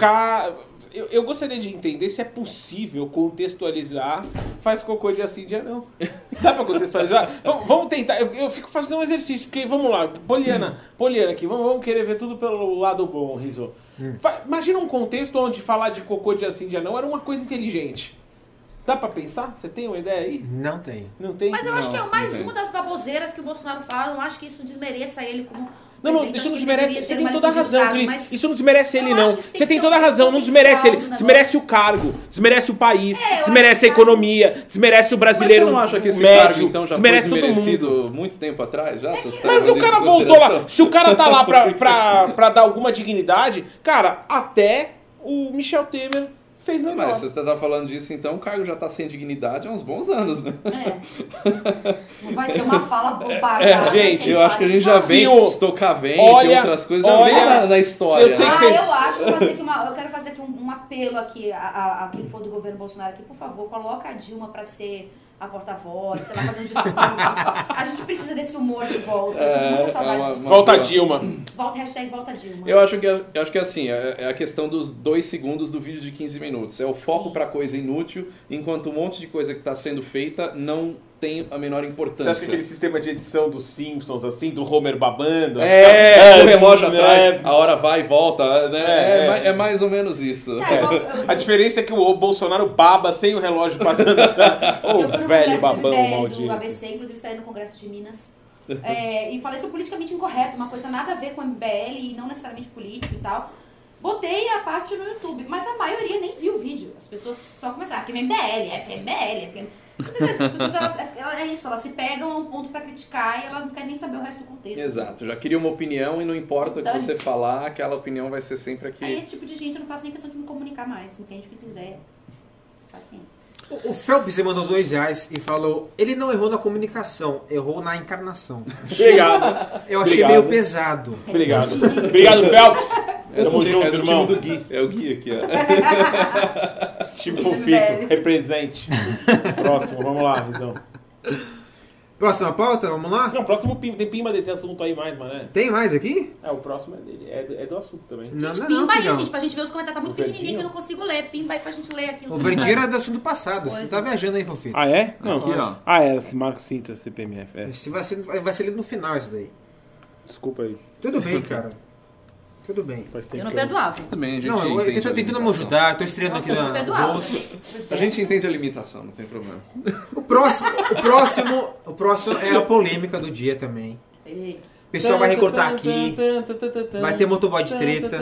Eu gostaria de entender se é possível contextualizar faz cocô dia sim, dia não. Dá pra contextualizar? Vamos tentar, eu fico fazendo um exercício, porque vamos lá, Poliana aqui, vamos querer ver tudo pelo lado bom, Rizzo. Imagina um contexto onde falar de cocô dia sim, dia não era uma coisa inteligente. Dá pra pensar? Você tem uma ideia aí? Não tenho. Não tem? Mas eu acho que é mais uma das baboseiras que o Bolsonaro fala. Não acho que isso desmereça ele como... Não, isso não desmerece. Você tem toda a razão, Cris. Isso não desmerece ele, não. Você tem toda a razão, não desmerece ele. Desmerece o cargo, desmerece o país, desmerece a economia, desmerece o brasileiro. Mas você não acha que esse médio, cargo, então, já foi desmerecido muito tempo atrás? Mas o cara voltou lá. Se o cara tá lá pra dar alguma dignidade, cara, até o Michel Temer fez menor. Mas se você tá falando disso, então o cargo já tá sem dignidade há uns bons anos, né? Não vai ser uma fala bobagem. Gente, eu acho que a gente já vem estocavento e outras coisas, já vem na história. Eu sei que vocês... eu acho que eu quero fazer aqui um apelo aqui a quem for do governo Bolsonaro aqui, por favor, coloca a Dilma pra ser a porta-voz, sei lá, fazer uns discursos. A gente precisa desse humor de volta. Eu sinto muita saudade disso. Volta Dilma. Hashtag volta Dilma. Eu acho que assim, é a questão dos 2 segundos do vídeo de 15 minutos. É o foco pra coisa inútil, enquanto um monte de coisa que tá sendo feita não tem a menor importância. Você acha que aquele sistema de edição dos Simpsons, assim, do Homer babando? O relógio atrás, a hora vai e volta, né? É mais ou menos isso. Tá, A diferença é que o Bolsonaro baba sem o relógio passando. Eu fui no Velho congresso babão do MBL, maldito. do ABC, inclusive estarei no Congresso de Minas. E falei sobre politicamente incorreto, uma coisa nada a ver com o MBL e não necessariamente político e tal. Botei a parte no YouTube, mas a maioria nem viu o vídeo. As pessoas só começaram, porque é MBL, é porque MBL, é porque... As pessoas, elas se pegam a um ponto pra criticar e elas não querem nem saber o resto do contexto. Exato, já queria uma opinião e não importa o que você falar, aquela opinião vai ser sempre aqui. Esse tipo de gente eu não faço nem questão de me comunicar mais, entende o que quiser. Paciência. O Phelps mandou R$2 e falou: ele não errou na comunicação, errou na encarnação. Obrigado. Eu achei meio pesado. Obrigado. Obrigado, Phelps. Tamo junto, do irmão. time do Gui. É o Gui aqui, ó. Time Fofito, represente. Próximo, vamos lá, Rizão. Próxima pauta, vamos lá? Não, próximo Pimba. Tem Pimba desse assunto aí mais, mané. Tem mais aqui? O próximo é dele. É do assunto também. Não, Pimba aí, filhão. gente, pra gente ver os comentários. Tá muito O pequenininho verdinho? que eu não consigo ler. Pimba aí pra gente ler aqui. O verdinho era do assunto passado. Você tá viajando aí, Fofito. Ah, é? Não. Aqui, ó. Era Marco Sintra, CPMF. Esse vai ser lido no final, isso daí. Desculpa aí. Tudo bem, cara. Tudo bem. Faz tempo Eu não que perdoava. Também, a gente Não, eu entende tô a tentando me limitação. ajudar, tô estreando Nossa, aqui eu não na perdoava. bolsa. A gente entende a limitação, não tem problema. O próximo é a polêmica do dia também. Eita. O pessoal vai recortar aqui. Vai ter motoboy de treta.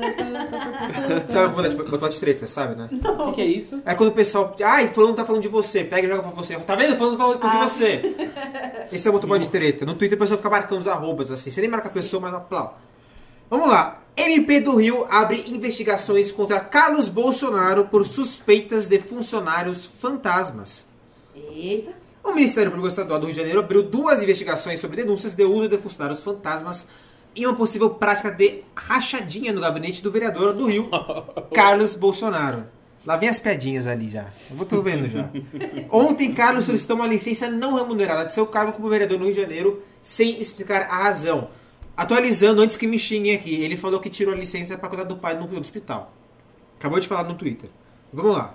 Sabe o motoboy de treta, sabe, né? O que é isso? É quando o pessoal... Ai, fulano tá falando de você. Pega e joga pra você. Tá vendo? Fulano tá falando de você. Esse é o motoboy de treta. No Twitter o pessoal fica marcando os arrobas assim. Você nem marca a pessoa, mas aplaude. Vamos lá. MP do Rio abre investigações contra Carlos Bolsonaro por suspeitas de funcionários fantasmas. Eita. O Ministério Público Estadual do Rio de Janeiro abriu 2 investigações sobre denúncias de uso de funcionários fantasmas e uma possível prática de rachadinha no gabinete do vereador do Rio, Carlos Bolsonaro. Lá vem as piadinhas ali já. Eu tô vendo já. Ontem, Carlos solicitou uma licença não remunerada de seu cargo como vereador no Rio de Janeiro, sem explicar a razão. Atualizando, antes que me xinguem aqui, ele falou que tirou a licença para cuidar do pai no hospital. Acabou de falar no Twitter. Vamos lá.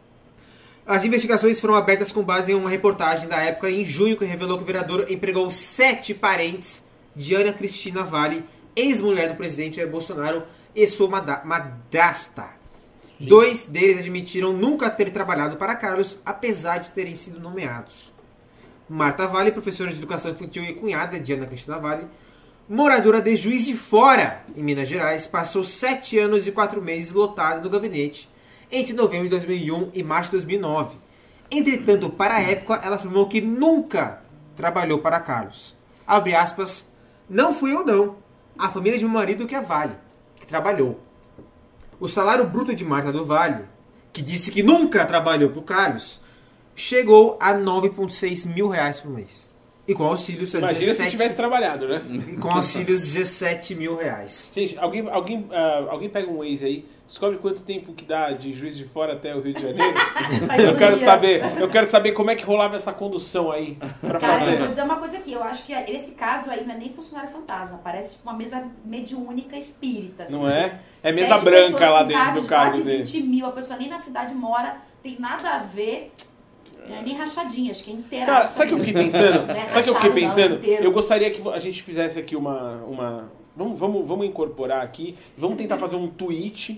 As investigações foram abertas com base em uma reportagem da época em junho que revelou que o vereador empregou 7 parentes de Ana Cristina Vale, ex-mulher do presidente Jair Bolsonaro, e sua madrasta. 2 deles admitiram nunca ter trabalhado para Carlos, apesar de terem sido nomeados. Marta Vale, professora de educação infantil e cunhada de Ana Cristina Vale, moradora de Juiz de Fora, em Minas Gerais, passou 7 anos e 4 meses lotada no gabinete entre novembro de 2001 e março de 2009. Entretanto, para a época, ela afirmou que nunca trabalhou para Carlos. Abre aspas, não fui eu não, a família de meu marido que é Vale, que trabalhou. O salário bruto de Marta do Vale, que disse que nunca trabalhou para o Carlos, chegou a 9,6 mil reais por mês. E com auxílios... Imagina se tivesse trabalhado, né? E com auxílios 17 mil reais. Gente, alguém pega um Waze aí, descobre quanto tempo que dá de Juiz de Fora até o Rio de Janeiro. Eu quero saber como é que rolava essa condução aí pra Cara, eu vou fazer. dizer uma coisa aqui. Eu acho que esse caso aí não é nem funcionário fantasma. Parece tipo uma mesa mediúnica espírita. Assim, Não é? É 7 mesa branca pessoas lá com dentro do de cargo quase dele. 20 mil. A pessoa nem na cidade mora. Tem nada a ver. Não é nem rachadinha. Acho que é inteiraça. Cara, sabe o que eu fiquei pensando? Não é Sabe o que eu fiquei rachado, não, pensando? inteiro. Eu gostaria que a gente fizesse aqui uma... Vamos incorporar aqui. Vamos tentar fazer um tweet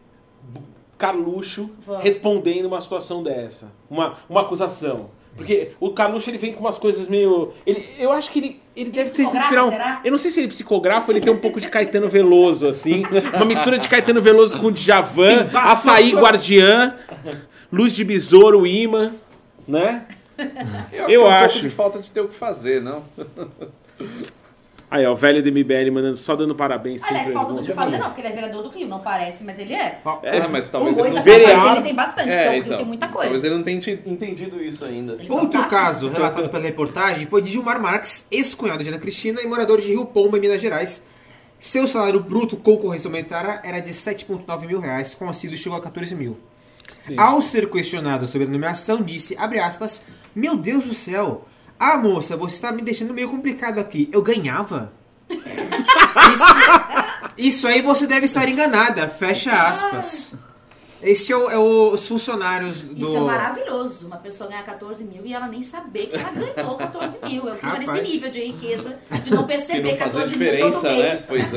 Carluxo Vamos. respondendo uma situação dessa. Uma acusação. Porque o Carluxo, ele vem com umas coisas meio... eu acho que ele deve se psicografa, inspirar... será? Eu não sei se ele psicografa ou ele tem um pouco de Caetano Veloso, assim. Uma mistura de Caetano Veloso com Djavan, Açaí Guardiã, Luz de Besouro, Imã, né? Eu acho. Um pouco de falta de ter o que fazer, não? Aí, ó, o velho do MBL mandando, só dando parabéns. Aliás, sempre. falta do que fazer não, porque ele é vereador do Rio, não parece, mas ele é. Mas talvez O ele coisa não... pra vereador- fazer ele tem bastante, porque o Rio então, tem muita talvez coisa. ele não tenha entendido isso ainda. Ele só Outro tá- caso relatado pela reportagem foi de Gilmar Marques, ex-cunhado de Ana Cristina e morador de Rio Pomba, em Minas Gerais. Seu salário bruto com correção monetária era de 7,9 mil reais, com auxílio chegou a 14 mil. Ao ser questionado sobre a nomeação, disse, abre aspas, meu Deus do céu, moça, você está me deixando meio complicado aqui. Eu ganhava? Isso aí você deve estar enganada, fecha aspas. Esse é os funcionários do... Isso é maravilhoso, uma pessoa ganhar 14 mil e ela nem saber que ela ganhou 14 mil. Eu queria nesse Rapaz. nível de riqueza, de não Que perceber não fazia 14 mil todo diferença, mês. né? Pois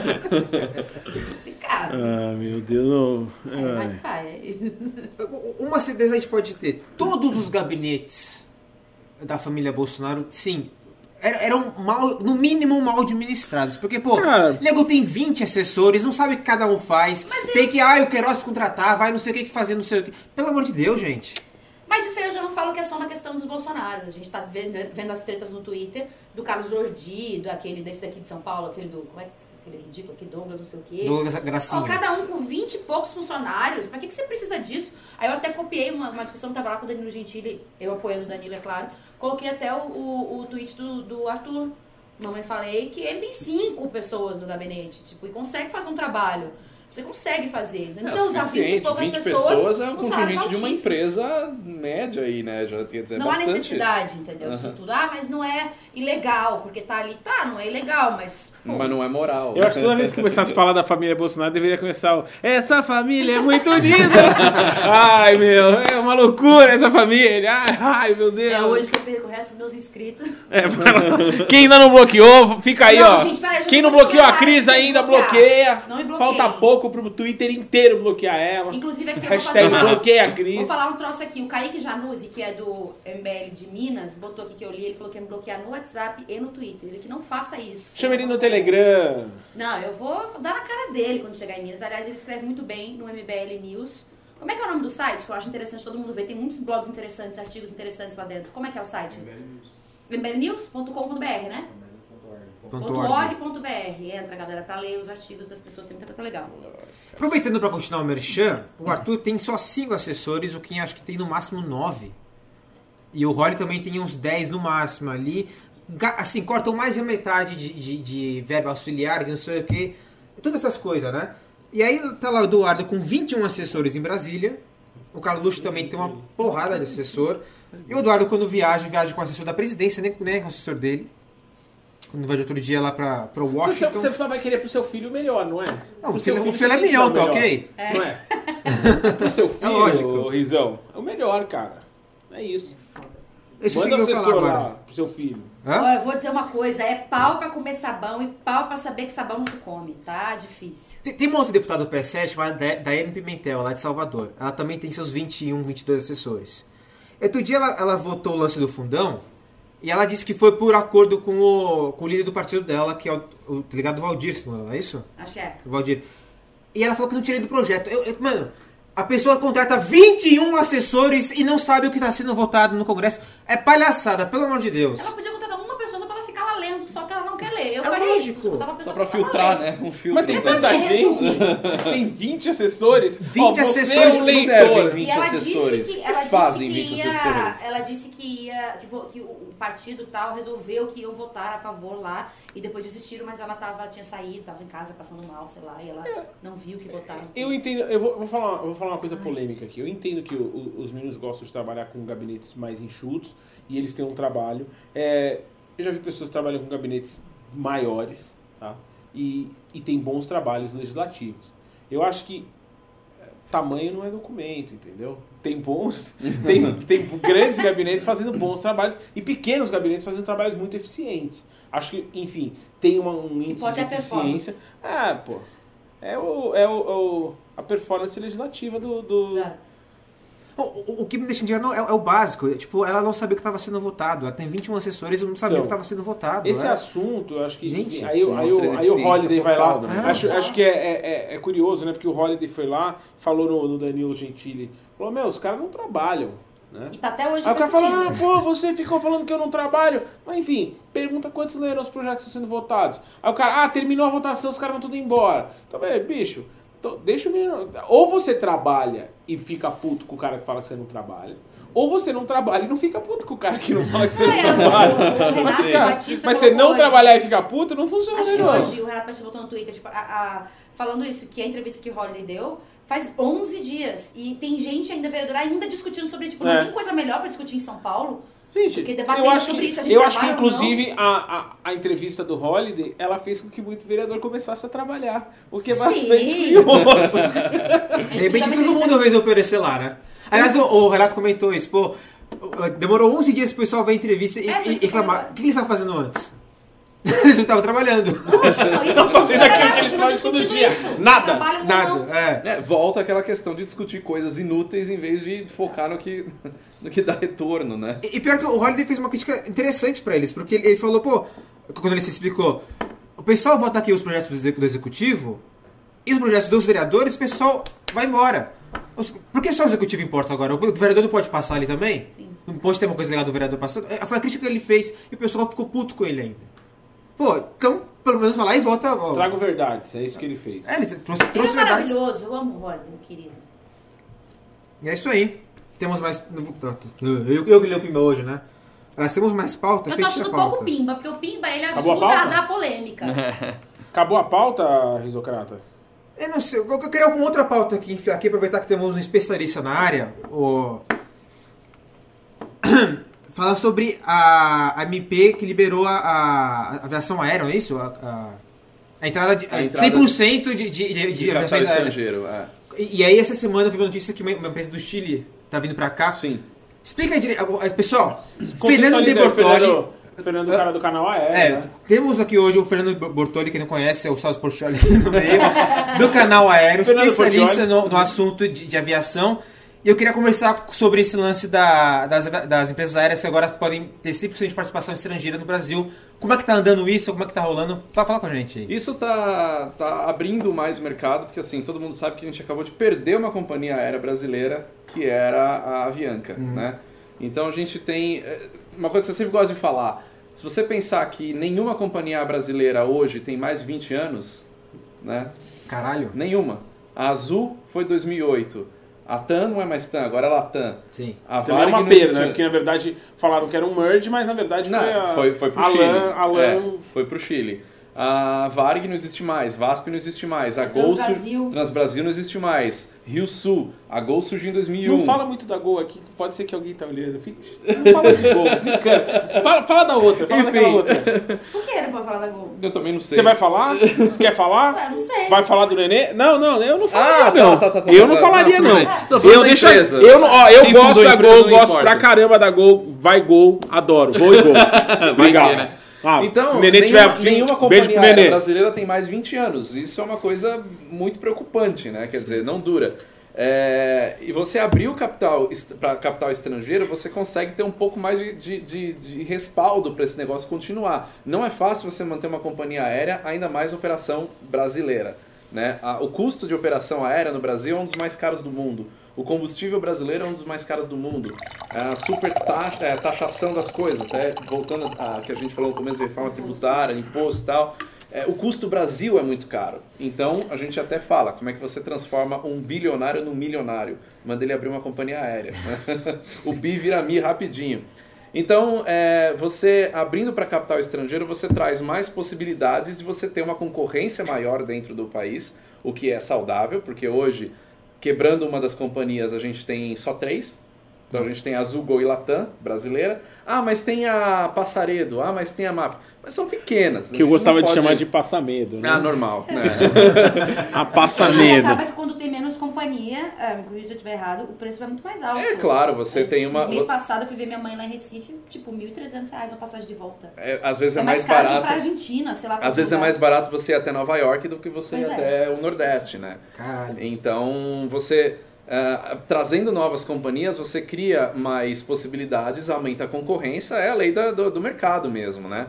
é. Complicado. Ah, meu Deus. Não. Vai Ai. que vai. Uma certeza a gente pode ter. Todos os gabinetes da família Bolsonaro, sim, eram mal, no mínimo mal administrados. Porque, pô, Cara. nego tem 20 assessores, não sabe o que cada um faz. Mas tem que, o Queiroz contratar, vai não sei o que fazer, não sei o que. Pelo amor de Deus, gente. Mas isso aí eu já não falo que é só uma questão dos Bolsonaros. A gente tá vendo as tretas no Twitter do Carlos Jordi, desse daqui de São Paulo, aquele do... Como é aquele ridículo aqui, Douglas, não sei o quê. Douglas Gracinha. Cada um com 20 e poucos funcionários. Pra que você precisa disso? Aí eu até copiei uma discussão que tava lá com o Danilo Gentili, eu apoiando o Danilo, é claro. Coloquei até o tweet do Arthur. Mamãe falei que ele tem 5 pessoas no gabinete, tipo, e consegue fazer um trabalho. Você consegue fazer. Você não precisa usar 20 e poucas 20 pessoas. pessoas é um com salários contingente de uma altíssimos. empresa média aí, né? Já quer dizer Não há bastante. necessidade, entendeu? Disso tudo. Mas não é ilegal, porque tá ali. Tá, não é ilegal, mas... pô, Mas não é moral. Eu acho que toda vez que começasse a falar da família Bolsonaro, deveria começar essa família é muito unida. Ai, meu, é uma loucura essa família. Ai, meu Deus. é hoje que eu perco o resto dos meus inscritos. Vai lá. Quem ainda não bloqueou, fica aí, Não, ó. gente, peraí, Quem não vou te bloqueou a bloquear, Cris não ainda, bloquear. bloqueia. Não me bloqueiem. Falta pouco pro Twitter inteiro bloquear ela. Inclusive aqui eu vou Hashtag fazer uma... bloqueia a Cris. Vou falar um troço aqui. O Kaique Januzzi, que é do MBL de Minas, botou aqui que eu li, ele falou que ia me bloquear no WhatsApp e no Twitter. Ele que não faça isso. Chama ele no Telegram. Não, eu vou dar na cara dele quando chegar em Minas. Aliás, ele escreve muito bem no MBL News. Como é que é o nome do site? Que eu acho interessante todo mundo ver. Tem muitos blogs interessantes, artigos interessantes lá dentro. Como é que é o site? mblnews.com.br, né? .org.br. Entra, galera, pra ler os artigos das pessoas. Tem muita coisa legal. Aproveitando para continuar o merchan, o Arthur tem só 5 assessores, o Kim acho que tem no máximo 9. E o Rolly também tem uns 10 no máximo ali. Assim, cortam mais da metade de verba auxiliar, de não sei o que. Todas essas coisas, né? E aí tá lá o Eduardo com 21 assessores em Brasília. O Carluxo também tem uma porrada de assessor. E o Eduardo, quando viaja com o assessor da presidência, nem com o assessor dele. Quando vai de outro dia lá pra Washington. Você só vai querer pro seu filho melhor, não é? Não, Pro o seu filho é você tem que milhão, dar o tá melhor, ok? Não é? Pro seu filho, lógico. Rizão, é o melhor, cara. É isso. Esse sim Manda que eu vou assessor falar lá agora. pro seu filho. Hã? Ó, eu vou dizer uma coisa, é pau pra comer sabão e pau pra saber que sabão não se come, tá? Difícil. Tem uma outra deputada do PS7 chamada Daiane Pimentel, lá de Salvador. Ela também tem seus 21, 22 assessores. Outro dia ela votou o lance do fundão e ela disse que foi por acordo com o líder do partido dela, que é o delegado Valdir, não é isso? Acho que é. O Valdir. E ela falou que não tinha lido o projeto. Mano, a pessoa contrata 21 assessores e não sabe o que está sendo votado no Congresso. É palhaçada, pelo amor de Deus. Ela podia contratar uma pessoa só pra ela ficar lá lendo, só que ela não quer ler. Eu É faria lógico. isso. Botava uma Só pessoa pra só ler. filtrar, né? Um filtro. Mas tem tanta Também gente. Tem 20 assessores. 20 Ó, você assessores é o não leitor. servem 20 E ela assessores. disse que, ela Fazem disse que 20 ia, assessores. ela disse que o partido tal resolveu que iam votar a favor lá e depois desistiram, mas ela tinha saído, tava em casa passando mal, sei lá, e ela não viu que votaram. Eu entendo, eu vou falar uma coisa polêmica aqui. Eu entendo que os meninos gostam de trabalhar com gabinetes mais enxutos e eles têm um trabalho. Eu já vi pessoas que trabalham com gabinetes maiores, tá? E tem bons trabalhos legislativos. Eu acho que tamanho não é documento, entendeu? Tem tem grandes gabinetes fazendo bons trabalhos e pequenos gabinetes fazendo trabalhos muito eficientes. Acho que, enfim, tem um índice pode de ter eficiência. performance. A performance legislativa do... Exato. O que me deixa indignado é o básico. Tipo, ela não sabia o que estava sendo votado. Ela tem 21 assessores e não sabia o que estava sendo votado. Esse assunto, eu acho que... Gente, aí o Holiday vai lá. total, né? Acho que é curioso, né? Porque o Holiday foi lá, falou no Danilo Gentili. Falou, os caras não trabalham. né? E tá até hoje Aí o cara fala, repetindo. pô, você ficou falando que eu não trabalho. Mas enfim, pergunta quantos leram os projetos sendo votados. Aí o cara, terminou a votação, os caras vão tudo embora. Então, bicho, então, deixa o menino... Ou você trabalha e fica puto com o cara que fala que você não trabalha, ou você não trabalha e não fica puto com o cara que não fala que você não trabalha. O Renato Batista Mas você colocou não hoje. trabalhar e ficar puto não funciona, Acho que não. hoje o Renato Batista botou no Twitter, tipo, falando isso, que a entrevista que o Holiday deu faz 11 dias. E tem gente ainda, vereadora, ainda discutindo sobre isso. Tipo, não tem coisa melhor pra discutir em São Paulo? Gente, Porque debatendo eu acho sobre que, isso, a gente eu acho que trabalha ou inclusive a entrevista do Holiday, ela fez com que muito vereador começasse a trabalhar. O que é Sim. bastante curioso. De repente todo mundo vai oferecer lá, né? Aliás, o Renato comentou isso, pô, demorou 11 dias pro pessoal ver a entrevista e reclamar. O que eles estavam fazendo antes? Eles não estavam trabalhando. Não fazendo aquilo que eles fazem todo dia. Nada. Nada, Volta aquela questão de discutir coisas inúteis em vez de focar no que dá retorno, né? E pior que o Holiday fez uma crítica interessante pra eles, porque ele falou, pô, quando ele se explicou, o pessoal vota aqui os projetos do executivo e os projetos dos vereadores, o pessoal vai embora. Por que só o executivo importa agora? O vereador não pode passar ali também? Sim. Não pode ter uma coisa legal do vereador passando? Foi a crítica que ele fez e o pessoal ficou puto com ele ainda. Pô, então, pelo menos vai lá e vota. Trago verdades, é isso que ele fez. Ele Ele trouxe é verdades. maravilhoso, eu amo o Holiday, meu querido. E é isso aí. Temos mais. Eu que li o Pimba hoje, né? Mas temos mais pauta. Eu tô achando pouco o Pimba, porque o Pimba, ele Acabou a ajuda a pauta? dar polêmica. Acabou a pauta, Risocrata? Eu não sei, eu queria alguma outra pauta aqui, aproveitar que temos um especialista na área. Falar sobre a MP que liberou a aviação aérea, não é isso? A entrada de 100% de aviações aéreas. Estrangeiro, E aí, essa semana, eu vi uma notícia que uma empresa do Chile tá vindo pra cá. Sim. Explica aí direito. Pessoal, Fernando de Bortoli. Fernando, cara do canal Aéreo. Né? Temos aqui hoje o Fernando Bortoli, que não conhece, é o Salles Portioli no meio, do canal Aéreo, especialista no assunto de aviação. E eu queria conversar sobre esse lance das empresas aéreas que agora podem ter 100% de participação estrangeira no Brasil. Como é que tá andando isso? Como é que tá rolando? Fala com a gente aí. Isso tá abrindo mais o mercado, porque assim, todo mundo sabe que a gente acabou de perder uma companhia aérea brasileira, que era a Avianca, né? Então a gente tem... Uma coisa que eu sempre gosto de falar, se você pensar que nenhuma companhia brasileira hoje tem mais de 20 anos, né? Caralho. Nenhuma. A Azul foi 2008. A TAM não é mais TAM, agora é Latam. Sim. Também A é Varig uma não pena, existe- né? Porque na verdade falaram que era um merge, mas na verdade foi pro Chile. Foi pro Chile. A Varig não existe mais, VASP não existe mais, a Gol Transbrasil não existe mais, Rio Sul, a Gol surgiu em 2001. Não fala muito da Gol aqui, pode ser que alguém tá olhando. Não fala de Gol, fala da outra, fala daquela outra. Por que não pode falar da Gol? Eu também não sei. Você vai falar? Você quer falar? Ué, não sei. Vai falar do Nenê? Não, eu não falaria não. Tá, Eu não falaria tudo não. bem. Tô falando Eu da deixo, empresa. eu Quem gosto fundou a da empresa Gol, não gosto importa. pra caramba da Gol. Vai Gol, adoro. Vou e Gol. Vai Legal. ter, né? se Então, o Nenê tiver afim, nenhuma beijo companhia pro aérea Nenê. brasileira tem mais de 20 anos. Isso é uma coisa muito preocupante, né? Quer dizer, não dura. E você abrir o capital para capital estrangeiro, você consegue ter um pouco mais de respaldo para esse negócio continuar. Não é fácil você manter uma companhia aérea, ainda mais operação brasileira, né? O custo de operação aérea no Brasil é um dos mais caros do mundo. O combustível brasileiro é um dos mais caros do mundo. A super taxação das coisas, até voltando a que a gente falou no começo de reforma tributária, imposto e tal. O custo Brasil é muito caro. Então, a gente até fala, como é que você transforma um bilionário num milionário? Manda ele abrir uma companhia aérea. O bi vira mi rapidinho. Então, você abrindo para capital estrangeiro, você traz mais possibilidades de você ter uma concorrência maior dentro do país, o que é saudável, porque hoje, quebrando uma das companhias, a gente tem só 3. Então a gente tem a Azul, Gol e Latam, brasileira. Mas tem a Passaredo, mas tem a MAP. Mas são pequenas. Que eu gostava de chamar de passamedo, né? Normal. Né? A Mas passamedo. acaba que quando tem menos companhia, inclusive se eu estiver errado, o preço vai muito mais alto. É claro, você tem uma... Mês passado eu fui ver minha mãe lá em Recife, tipo, R$1.300 uma passagem de volta. Às vezes é mais mais caro que ir barato. pra Argentina, sei lá. Às vezes é mais barato você ir até Nova York do que você ir Pois até o Nordeste, né? Caralho. Então, você... trazendo novas companhias, você cria mais possibilidades, aumenta a concorrência, é a lei do mercado mesmo, né?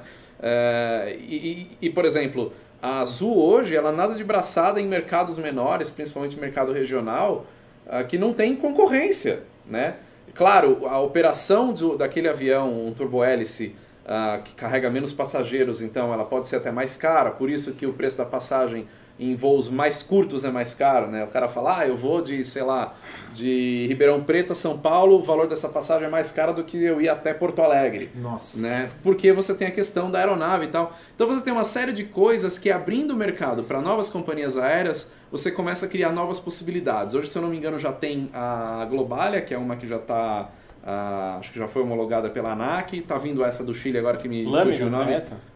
Por exemplo, a Azul hoje, ela nada de braçada em mercados menores, principalmente mercado regional, que não tem concorrência, né? Claro, a operação daquele avião, um turbohélice, que carrega menos passageiros, então ela pode ser até mais cara, por isso que o preço da passagem em voos mais curtos é mais caro, né? O cara fala, eu vou de, sei lá, de Ribeirão Preto a São Paulo, o valor dessa passagem é mais caro do que eu ir até Porto Alegre. Nossa. Né? Porque você tem a questão da aeronave e tal. Então você tem uma série de coisas que, abrindo o mercado para novas companhias aéreas, você começa a criar novas possibilidades. Hoje, se eu não me engano, já tem a Globalia, que é uma que já está... acho que já foi homologada pela ANAC. Tá vindo essa do Chile agora que me fugiu o nome.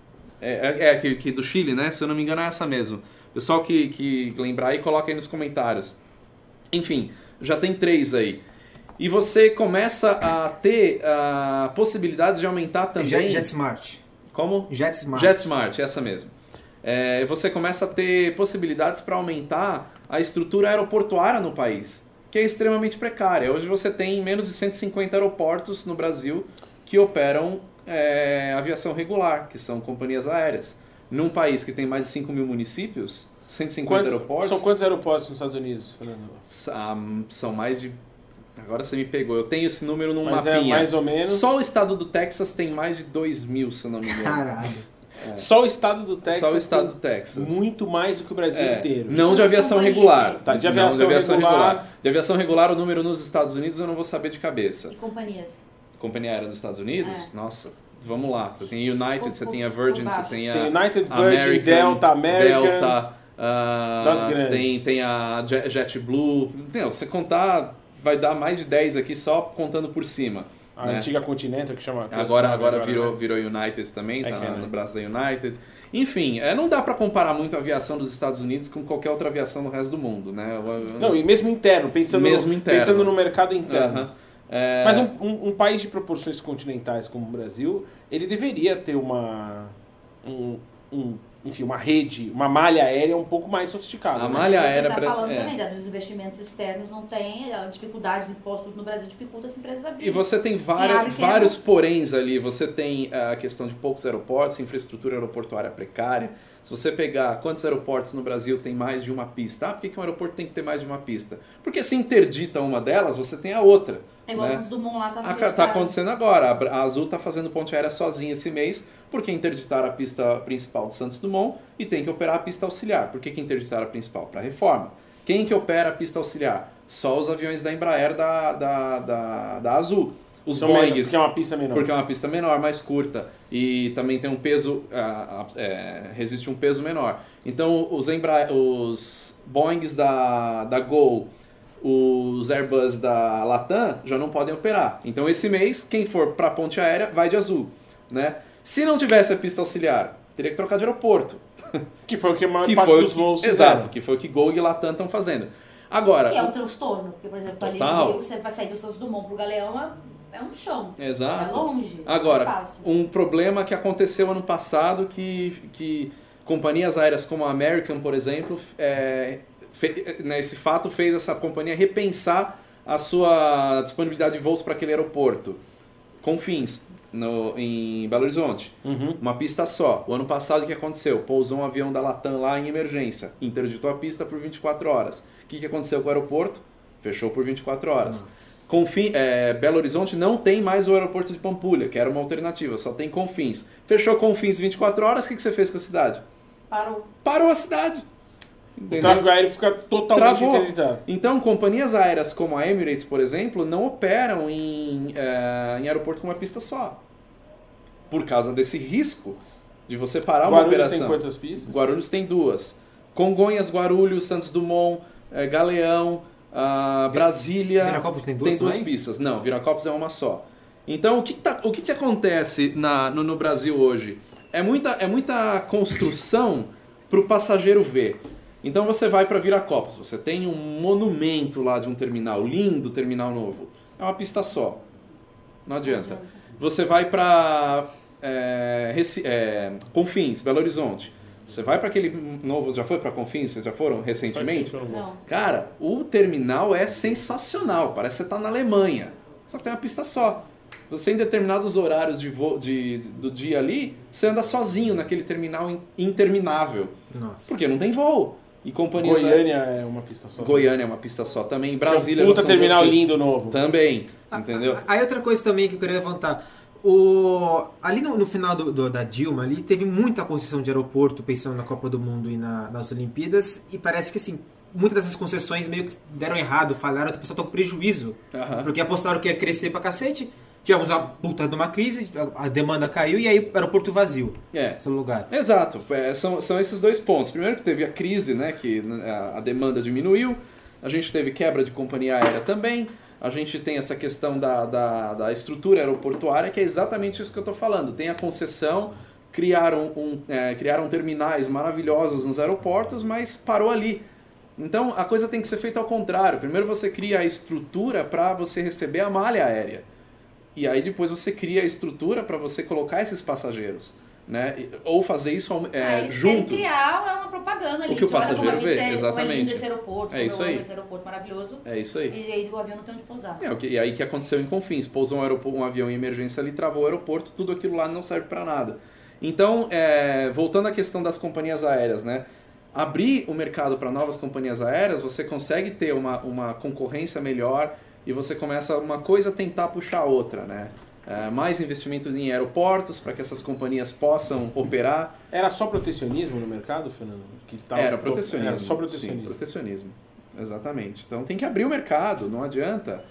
Que do Chile, né? Se eu não me engano, é essa mesmo. Pessoal que lembrar aí, coloca aí nos comentários. Enfim, já tem 3 aí. E você começa a ter a possibilidade de aumentar também... JetSmart. Como? JetSmart. JetSmart, essa mesmo. Você começa a ter possibilidades para aumentar a estrutura aeroportuária no país, que é extremamente precária. Hoje você tem menos de 150 aeroportos no Brasil que operam aviação regular, que são companhias aéreas. Num país que tem mais de 5 mil municípios, 150 aeroportos... São quantos aeroportos nos Estados Unidos, Fernando? São mais de... Agora você me pegou. Eu tenho esse número num Mas mapinha. mais ou menos... Só o estado do Texas tem mais de 2 mil, se eu não me engano. Caralho. Só o estado do Texas. Só o estado do Texas. Muito mais do que o Brasil inteiro. Não de aviação regular. Tá, de aviação regular. De aviação regular, o número nos Estados Unidos eu não vou saber de cabeça. E companhias? Companhia aérea dos Estados Unidos? Nossa, vamos lá. Você tem United, você tem a Virgin, você tem a United, Virgin, American, Delta, American. Delta, das grandes. tem a JetBlue. Se contar, vai dar mais de 10 aqui só contando por cima. A né? antiga Continental que chama... Agora virou United também, tá no braço da United. Enfim, não dá para comparar muito a aviação dos Estados Unidos com qualquer outra aviação no resto do mundo, né? Não, e mesmo interno, pensando no mercado interno. Mas um país de proporções continentais como o Brasil, ele deveria ter uma rede, uma malha aérea um pouco mais sofisticada. A malha aérea... Está falando também dos investimentos externos, não tem dificuldades, impostos no Brasil dificulta as empresas abrirem. E você tem vários poréns ali. Você tem a questão de poucos aeroportos, infraestrutura aeroportuária precária. Se você pegar quantos aeroportos no Brasil tem mais de uma pista, por que um aeroporto tem que ter mais de uma pista? Porque se interdita uma delas, você tem a outra. É igual né? Santos Dumont lá tá acontecendo agora. A Azul está fazendo ponte aérea sozinha esse mês, porque interditaram a pista principal de Santos Dumont e tem que operar a pista auxiliar. Por que interditaram a principal? Para reforma. Quem que opera a pista auxiliar? Só os aviões da Embraer da Azul. Os Boeings. Porque é uma pista menor. Porque é uma pista menor, mais curta. E também tem um peso, resiste um peso menor. Então os Boeings da Gol, os Airbus da Latam já não podem operar. Então esse mês, quem for para a ponte aérea vai de Azul. Né? Se não tivesse a pista auxiliar, teria que trocar de aeroporto. Que foi o que a maior parte dos voos fizeram. Exato, que foi o que Gol e Latam estão fazendo. Agora, que é um transtorno, porque, por exemplo, ali no Rio, você vai sair do Santos Dumont pro Galeão, é um chão. Exato. É longe. Agora, não é fácil. um problema que aconteceu ano passado que companhias aéreas como a American, por exemplo, esse fato fez essa companhia repensar a sua disponibilidade de voos para aquele aeroporto. Confins, em Belo Horizonte. Uma pista só. O ano passado o que aconteceu? Pousou um avião da Latam lá em emergência. Interditou a pista por 24 horas. O que aconteceu com o aeroporto? Fechou por 24 horas. Belo Horizonte não tem mais o aeroporto de Pampulha, que era uma alternativa, só tem Confins. Fechou Confins 24 horas, o que você fez com a cidade? Parou a cidade. Entendeu? O tráfego aéreo fica totalmente interditado. Então, companhias aéreas como a Emirates, por exemplo, não operam em aeroporto com uma pista só. Por causa desse risco de você parar uma operação. Guarulhos tem quantas pistas? Guarulhos tem 2. Congonhas, Guarulhos, Santos Dumont, Galeão, Brasília... Viracopos tem 2 2 pistas. Não, Viracopos é uma só. Então, o que acontece no Brasil hoje? É muita construção para o passageiro ver. Então você vai para Viracopos, você tem um monumento lá de um terminal, lindo terminal novo. É uma pista só. Não adianta. Você vai para Confins, Belo Horizonte. Você vai para aquele novo, já foi para Confins? Vocês já foram recentemente? Não. Cara, o terminal é sensacional, parece que você está na Alemanha. Só que tem uma pista só. Você em determinados horários do dia ali, você anda sozinho naquele terminal interminável. Nossa. Porque não tem voo. E companhias Goiânia é uma pista só. Goiânia é uma pista só também. Brasília Puta terminal lindo novo. Também. entendeu? Aí outra coisa também que eu queria levantar. Ali no final da Dilma, ali teve muita concessão de aeroporto, pensando na Copa do Mundo e nas Olimpíadas, e parece que assim, muitas dessas concessões meio que deram errado, falharam, o pessoal tá com prejuízo, porque apostaram que ia crescer pra cacete, tivemos uma puta de uma crise, a demanda caiu e aí o aeroporto vazio. Seu lugar. Exato, são esses dois pontos. Primeiro que teve a crise, né, que a demanda diminuiu, a gente teve quebra de companhia aérea também, a gente tem essa questão da estrutura aeroportuária, que é exatamente isso que eu estou falando. Tem a concessão, criaram terminais maravilhosos nos aeroportos, mas parou ali. Então a coisa tem que ser feita ao contrário. Primeiro você cria a estrutura para você receber a malha aérea. E aí depois você cria a estrutura para você colocar esses passageiros. Né? Ou fazer isso junto. Criar uma propaganda ali. O que o passageiro vê, exatamente. Como é lindo esse aeroporto, isso aí. Esse aeroporto maravilhoso. É isso aí. E aí o avião não tem onde pousar. E aí que aconteceu em Confins. Pousou um avião em emergência ali, travou o aeroporto, tudo aquilo lá não serve para nada. Então, voltando à questão das companhias aéreas, né? Abrir o mercado para novas companhias aéreas, você consegue ter uma concorrência melhor e você começa uma coisa a tentar puxar a outra, né? Mais investimento em aeroportos para que essas companhias possam operar. Era só protecionismo no mercado, Fernando? Era protecionismo. Era só protecionismo. Sim, protecionismo. Exatamente. Então tem que abrir o mercado, não adianta.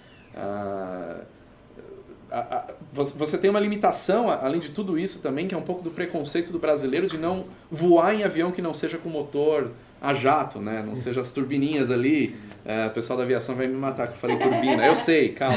Você tem uma limitação, além de tudo isso também, que é um pouco do preconceito do brasileiro de não voar em avião que não seja com motor a jato, né? Não seja as turbininhas ali. O pessoal da aviação vai me matar que eu falei turbina. Eu sei, calma.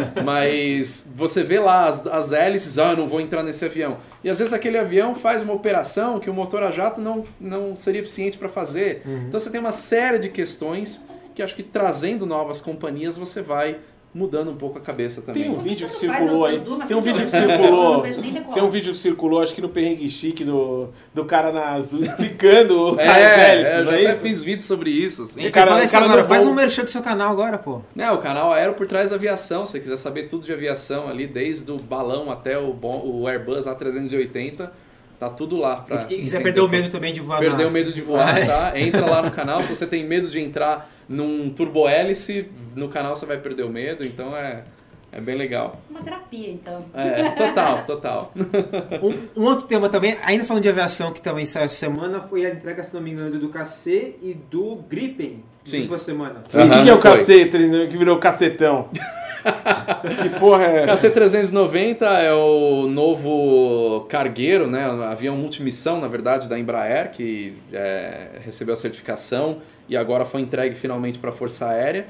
Mas você vê lá as hélices, eu não vou entrar nesse avião. E às vezes aquele avião faz uma operação que o motor a jato não seria eficiente para fazer. Então você tem uma série de questões que acho que trazendo novas companhias você vai mudando um pouco a cabeça também. Tem um vídeo que circulou aí. Tem um vídeo que circulou. Tem um vídeo que circulou, acho que no Perrengue Chique do cara na Azul explicando as hélices. Eu já até fiz vídeo sobre isso. Assim. O cara agora, faz um merchan do seu canal agora, pô. O canal Aero por Trás da Aviação. Se você quiser saber tudo de aviação ali, desde o balão até o Airbus A380. Tá tudo lá. E você perdeu o medo também de voar. Perdeu o medo de voar, tá? Entra lá no canal. Se você tem medo de entrar num turbo-hélice, no canal você vai perder o medo. Então é bem legal. Uma terapia, então. Total. Um outro tema também, ainda falando de aviação, que também saiu essa semana, foi a entrega, se não me engano, do KC e do Gripen. Sim. Essa semana. Isso que é o cacete, que virou cacetão. Que porra é essa? KC-390 é o novo cargueiro, né? Avião multimissão, na verdade, da Embraer, que recebeu a certificação e agora foi entregue finalmente para a Força Aérea.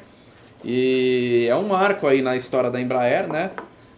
E é um marco aí na história da Embraer, né?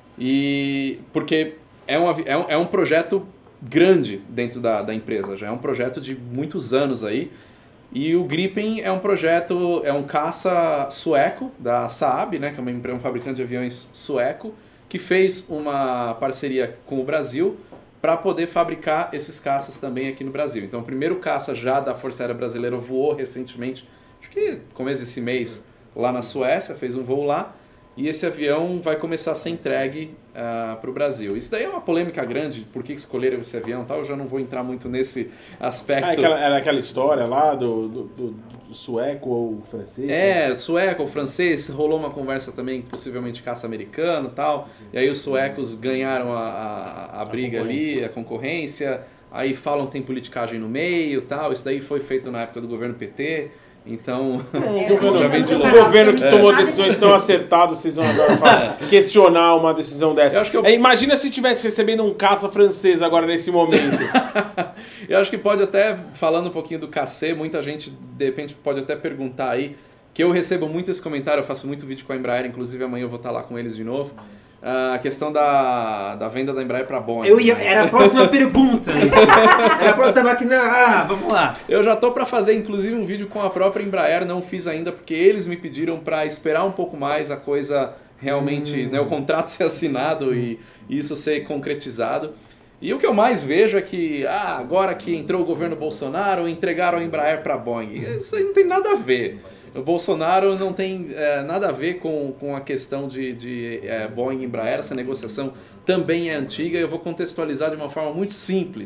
E porque é um projeto grande dentro da empresa, já é um projeto de muitos anos aí. E o Gripen é um projeto, é um caça sueco da Saab, né, que é um fabricante de aviões sueco, que fez uma parceria com o Brasil para poder fabricar esses caças também aqui no Brasil. Então o primeiro caça já da Força Aérea Brasileira voou recentemente, acho que começo desse mês, lá na Suécia, fez um voo lá, e esse avião vai começar a ser entregue para o Brasil. Isso daí é uma polêmica grande, por que escolheram esse avião, tal. Eu já não vou entrar muito nesse aspecto. Era aquela história lá do sueco ou francês? Sueco ou francês, rolou uma conversa também, possivelmente caça americano e tal, e aí os suecos ganharam a briga ali, a concorrência, aí falam que tem politicagem no meio tal, isso daí foi feito na época do governo PT. Então, o governo que tomou decisões tão acertadas, vocês vão agora questionar uma decisão dessa. Imagina se tivesse recebendo um caça francês agora nesse momento. Eu acho que pode até, falando um pouquinho do KC, muita gente de repente pode até perguntar aí, que eu recebo muito esse comentário, eu faço muito vídeo com a Embraer, inclusive amanhã eu vou estar lá com eles de novo. A questão da venda da Embraer para Boeing. Era a próxima pergunta isso. Eu tava aqui vamos lá. Eu já tô para fazer inclusive um vídeo com a própria Embraer, não fiz ainda porque eles me pediram para esperar um pouco mais a coisa realmente, né, o contrato ser assinado e isso ser concretizado. E o que eu mais vejo é que agora que entrou o governo Bolsonaro, entregaram a Embraer para Boeing. Isso aí não tem nada a ver. O Bolsonaro não tem nada a ver com a questão de Boeing e Embraer. Essa negociação também é antiga e eu vou contextualizar de uma forma muito simples.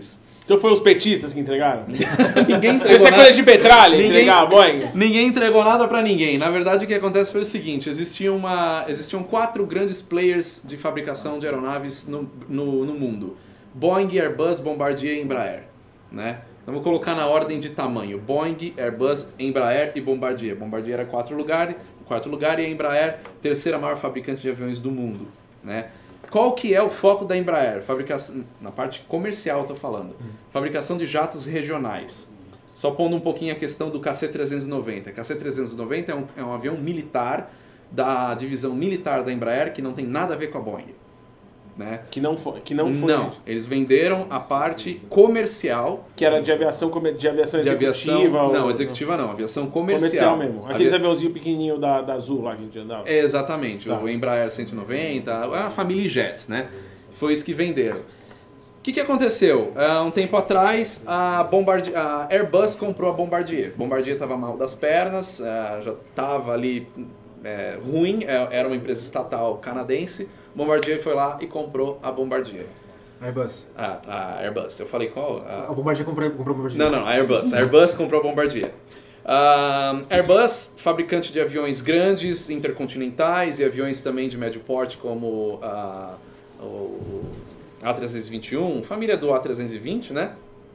Então foi os petistas que entregaram? Ninguém entregou Isso é nada. coisa de petralha, entregar a Boeing? Ninguém entregou nada pra ninguém. Na verdade, o que acontece foi o seguinte: existiam 4 grandes players de fabricação de aeronaves no mundo: Boeing, Airbus, Bombardier e Embraer, né? Então vou colocar na ordem de tamanho: Boeing, Airbus, Embraer e Bombardier. Bombardier era quarto lugar e a Embraer, terceira maior fabricante de aviões do mundo, né? Qual que é o foco da Embraer? Fabricação, na parte comercial eu tô falando. Fabricação de jatos regionais. Só pondo um pouquinho a questão do KC-390. KC-390 é um avião militar da divisão militar da Embraer que não tem nada a ver com a Boeing, né? Que não foi. Não, eles venderam a parte comercial. Que era de aviação executiva? Não, executiva não, aviação Comercial mesmo. Aqueles aviãozinhos pequenininhos da Azul lá que a gente andava. Exatamente, Tá. o Embraer 190, a família Jets, né? Foi isso que venderam. O que aconteceu? Um tempo atrás, a Airbus comprou a Bombardier. Bombardier estava mal das pernas, já estava ali ruim, era uma empresa estatal canadense. Bombardier foi lá e comprou a Bombardier. Airbus. A Airbus. Eu falei qual? A Bombardier comprou a Bombardier. Não, a Airbus. A Airbus comprou a Bombardier. Airbus, fabricante de aviões grandes, intercontinentais e aviões também de médio porte, como o A321, família do A320, né?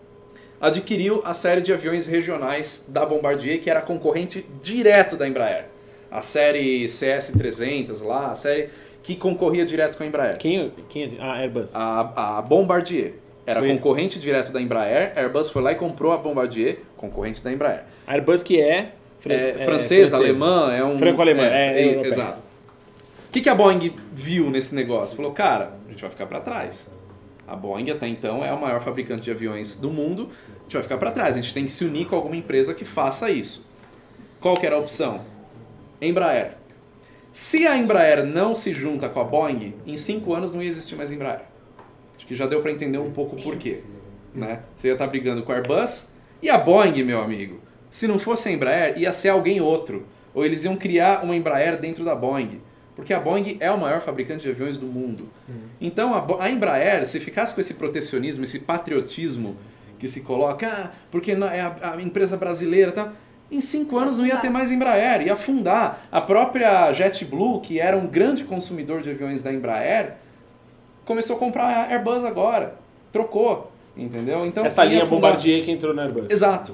Adquiriu a série de aviões regionais da Bombardier, que era concorrente direto da Embraer. A série CS300 lá, a série que concorria direto com a Embraer. Quem é? Airbus. A Bombardier era Foi. concorrente direto da Embraer. A Airbus foi lá e comprou a Bombardier, concorrente da Embraer. A Airbus que é... Francês, alemã, é um... Franco-alemã, europeia. exato. O que a Boeing viu nesse negócio? Falou, cara, a gente vai ficar para trás. A Boeing até então é a maior fabricante de aviões do mundo, a gente vai ficar para trás, a gente tem que se unir com alguma empresa que faça isso. Qual que era a opção? Embraer. Se a Embraer não se junta com a Boeing, em 5 anos não ia existir mais Embraer. Acho que já deu para entender um pouco o porquê, né? Você ia estar brigando com a Airbus e a Boeing, meu amigo. Se não fosse a Embraer, ia ser alguém outro. Ou eles iam criar uma Embraer dentro da Boeing. Porque a Boeing é o maior fabricante de aviões do mundo. Então a Embraer, se ficasse com esse protecionismo, esse patriotismo que se coloca, porque é a empresa brasileira, tá? Em 5 anos não ia ter mais Embraer, ia afundar. A própria JetBlue, que era um grande consumidor de aviões da Embraer, começou a comprar a Airbus agora. Trocou, entendeu? Então, Essa linha afundar. Bombardier que entrou na Airbus. Exato.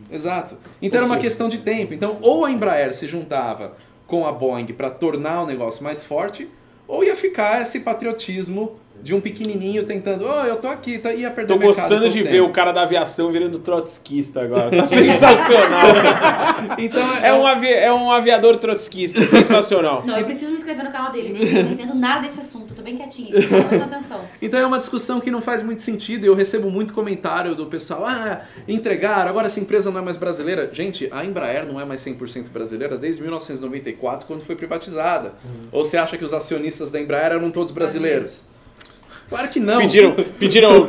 Então era uma questão de tempo. Então ou a Embraer se juntava com a Boeing para tornar o negócio mais forte, ou ia ficar esse patriotismo de um pequenininho tentando, eu tô aqui, ia perder Tô o mercado. gostando de ver o cara da aviação virando trotskista agora. Tá sensacional. Então É um aviador trotskista. Sensacional. Não, eu preciso me inscrever no canal dele, porque eu não entendo nada desse assunto. Tô bem quietinha, só prestando atenção. Então é uma discussão que não faz muito sentido e eu recebo muito comentário do pessoal, entregaram, agora essa empresa não é mais brasileira. Gente, a Embraer não é mais 100% brasileira desde 1994, quando foi privatizada. Ou você acha que os acionistas da Embraer eram todos brasileiros? Claro que não. Pediram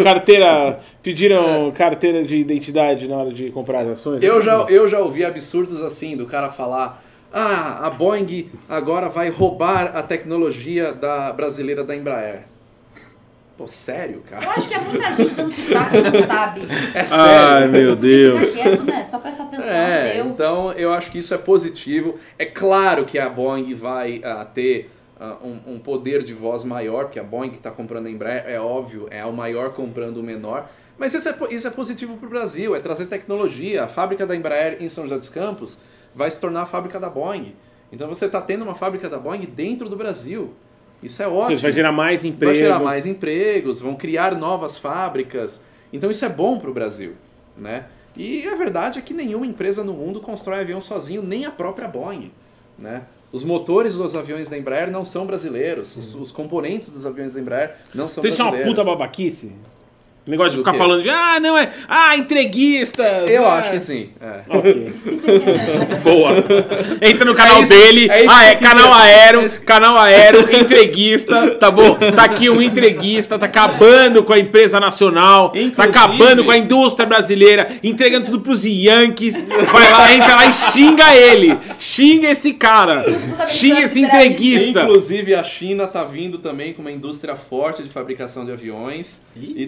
carteira de identidade na hora de comprar as ações? Eu já ouvi absurdos assim, do cara falar, a Boeing agora vai roubar a tecnologia brasileira da Embraer. Pô, sério, Eu cara? acho que é muita gente dando pitaco, você não sabe. É sério. Ai, meu Deus. Fica quieto, né? Só presta atenção, deu. Então eu acho que isso é positivo. É claro que a Boeing vai ter um poder de voz maior, porque a Boeing que está comprando a Embraer, é óbvio, é o maior comprando o menor. Mas isso é positivo para o Brasil, é trazer tecnologia. A fábrica da Embraer em São José dos Campos vai se tornar a fábrica da Boeing. Então você está tendo uma fábrica da Boeing dentro do Brasil. Isso é ótimo. Vai gerar mais emprego. Vai gerar mais empregos, vão criar novas fábricas. Então isso é bom para o Brasil, né? E a verdade é que nenhuma empresa no mundo constrói avião sozinho, nem a própria Boeing, né? Os motores dos aviões da Embraer não são brasileiros. Os componentes dos aviões da Embraer não são Então isso é uma brasileiros. puta babaquice? O negócio de Do ficar quê? falando de, entreguistas. Eu acho que sim. É. Ok. Boa. Entra no canal É isso- dele. é isso que eu Canal queria. Aero. É isso que- Canal Aero, entreguista. Tá bom? Tá aqui um entreguista. Tá acabando com a empresa nacional. Tá Inclusive- acabando com a indústria brasileira. Entregando tudo pros Yankees. Vai lá, entra lá e xinga ele. Xinga esse cara. sabia que Xinga ia esse esperar isso. entreguista. Inclusive a China tá vindo também com uma indústria forte de fabricação de aviões e tá começando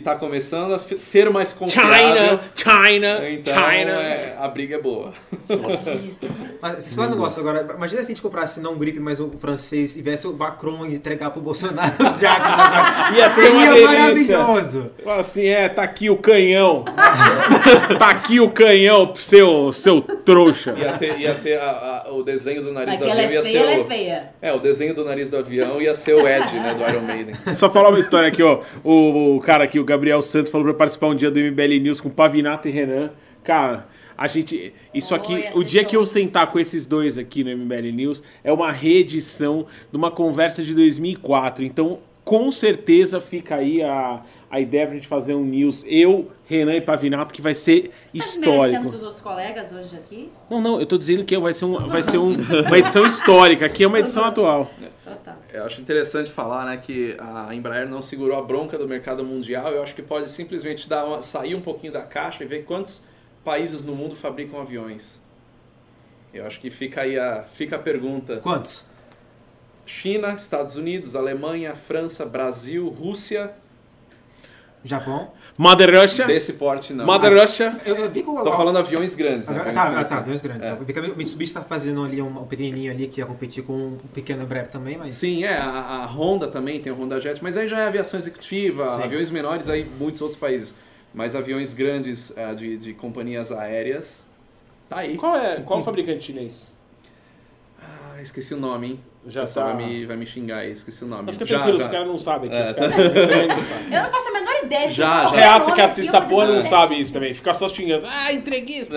começando a ser mais confiável. China. Então, a briga é boa. Mas vocês falam um negócio agora. Imagina se a gente comprasse não o Gripe, mas o francês e viesse o Macron entregar pro Bolsonaro os jacks agora. Ia ser uma Seria delícia. maravilhoso. Fala assim, tá aqui o canhão. Tá aqui o canhão, seu trouxa. Ia ter o desenho do nariz do Aquela avião. é feia, ela é feia. O desenho do nariz do avião ia ser o Ed, né, do Iron Maiden. Só falar uma história aqui, ó. O cara aqui, o Gabriel Santos, falou pra participar um dia do MBL News com Pavinato e Renan. Cara, a gente... Isso aqui, ia o ser dia show. que eu sentar com esses dois aqui no MBL News, é uma reedição de uma conversa de 2004. Então, com certeza fica aí a ideia pra gente fazer um news. Eu, Renan e Pavinato, que vai ser Você tá desmerecendo histórico. seus outros colegas hoje aqui? Não, eu tô dizendo que vai ser uma edição histórica. Aqui é uma edição atual. Total. Eu acho interessante falar, né, que a Embraer não segurou a bronca do mercado mundial. Eu acho que pode simplesmente sair um pouquinho da caixa e ver quantos países no mundo fabricam aviões. Eu acho que fica aí a pergunta. Quantos? China, Estados Unidos, Alemanha, França, Brasil, Rússia. Japão. Mother Russia. Desse porte não. Mother Russia. Eu vi com Tô falando aviões grandes, né? Aviões grandes. É. Eu vi que a Mitsubishi tá fazendo ali um pequenininho ali que ia competir com um pequeno Embraer também, mas... Sim, a Honda também tem o Honda Jet, mas aí já é aviação executiva, Sim. aviões menores aí muitos outros países. Mas aviões grandes de companhias aéreas, tá aí. Qual fabricante chinês? Esqueci o nome, hein? Já O pessoal tá. vai me xingar aí, esqueci o nome. Mas fica tranquilo, os caras não sabem. Que os caras não sabem. Eu não faço a menor ideia de Já, qual já. é o Reaça nome que assiste aqui, essa eu vou porra dizer não pra sabe você. isso também. Fica só xingando. Entreguista.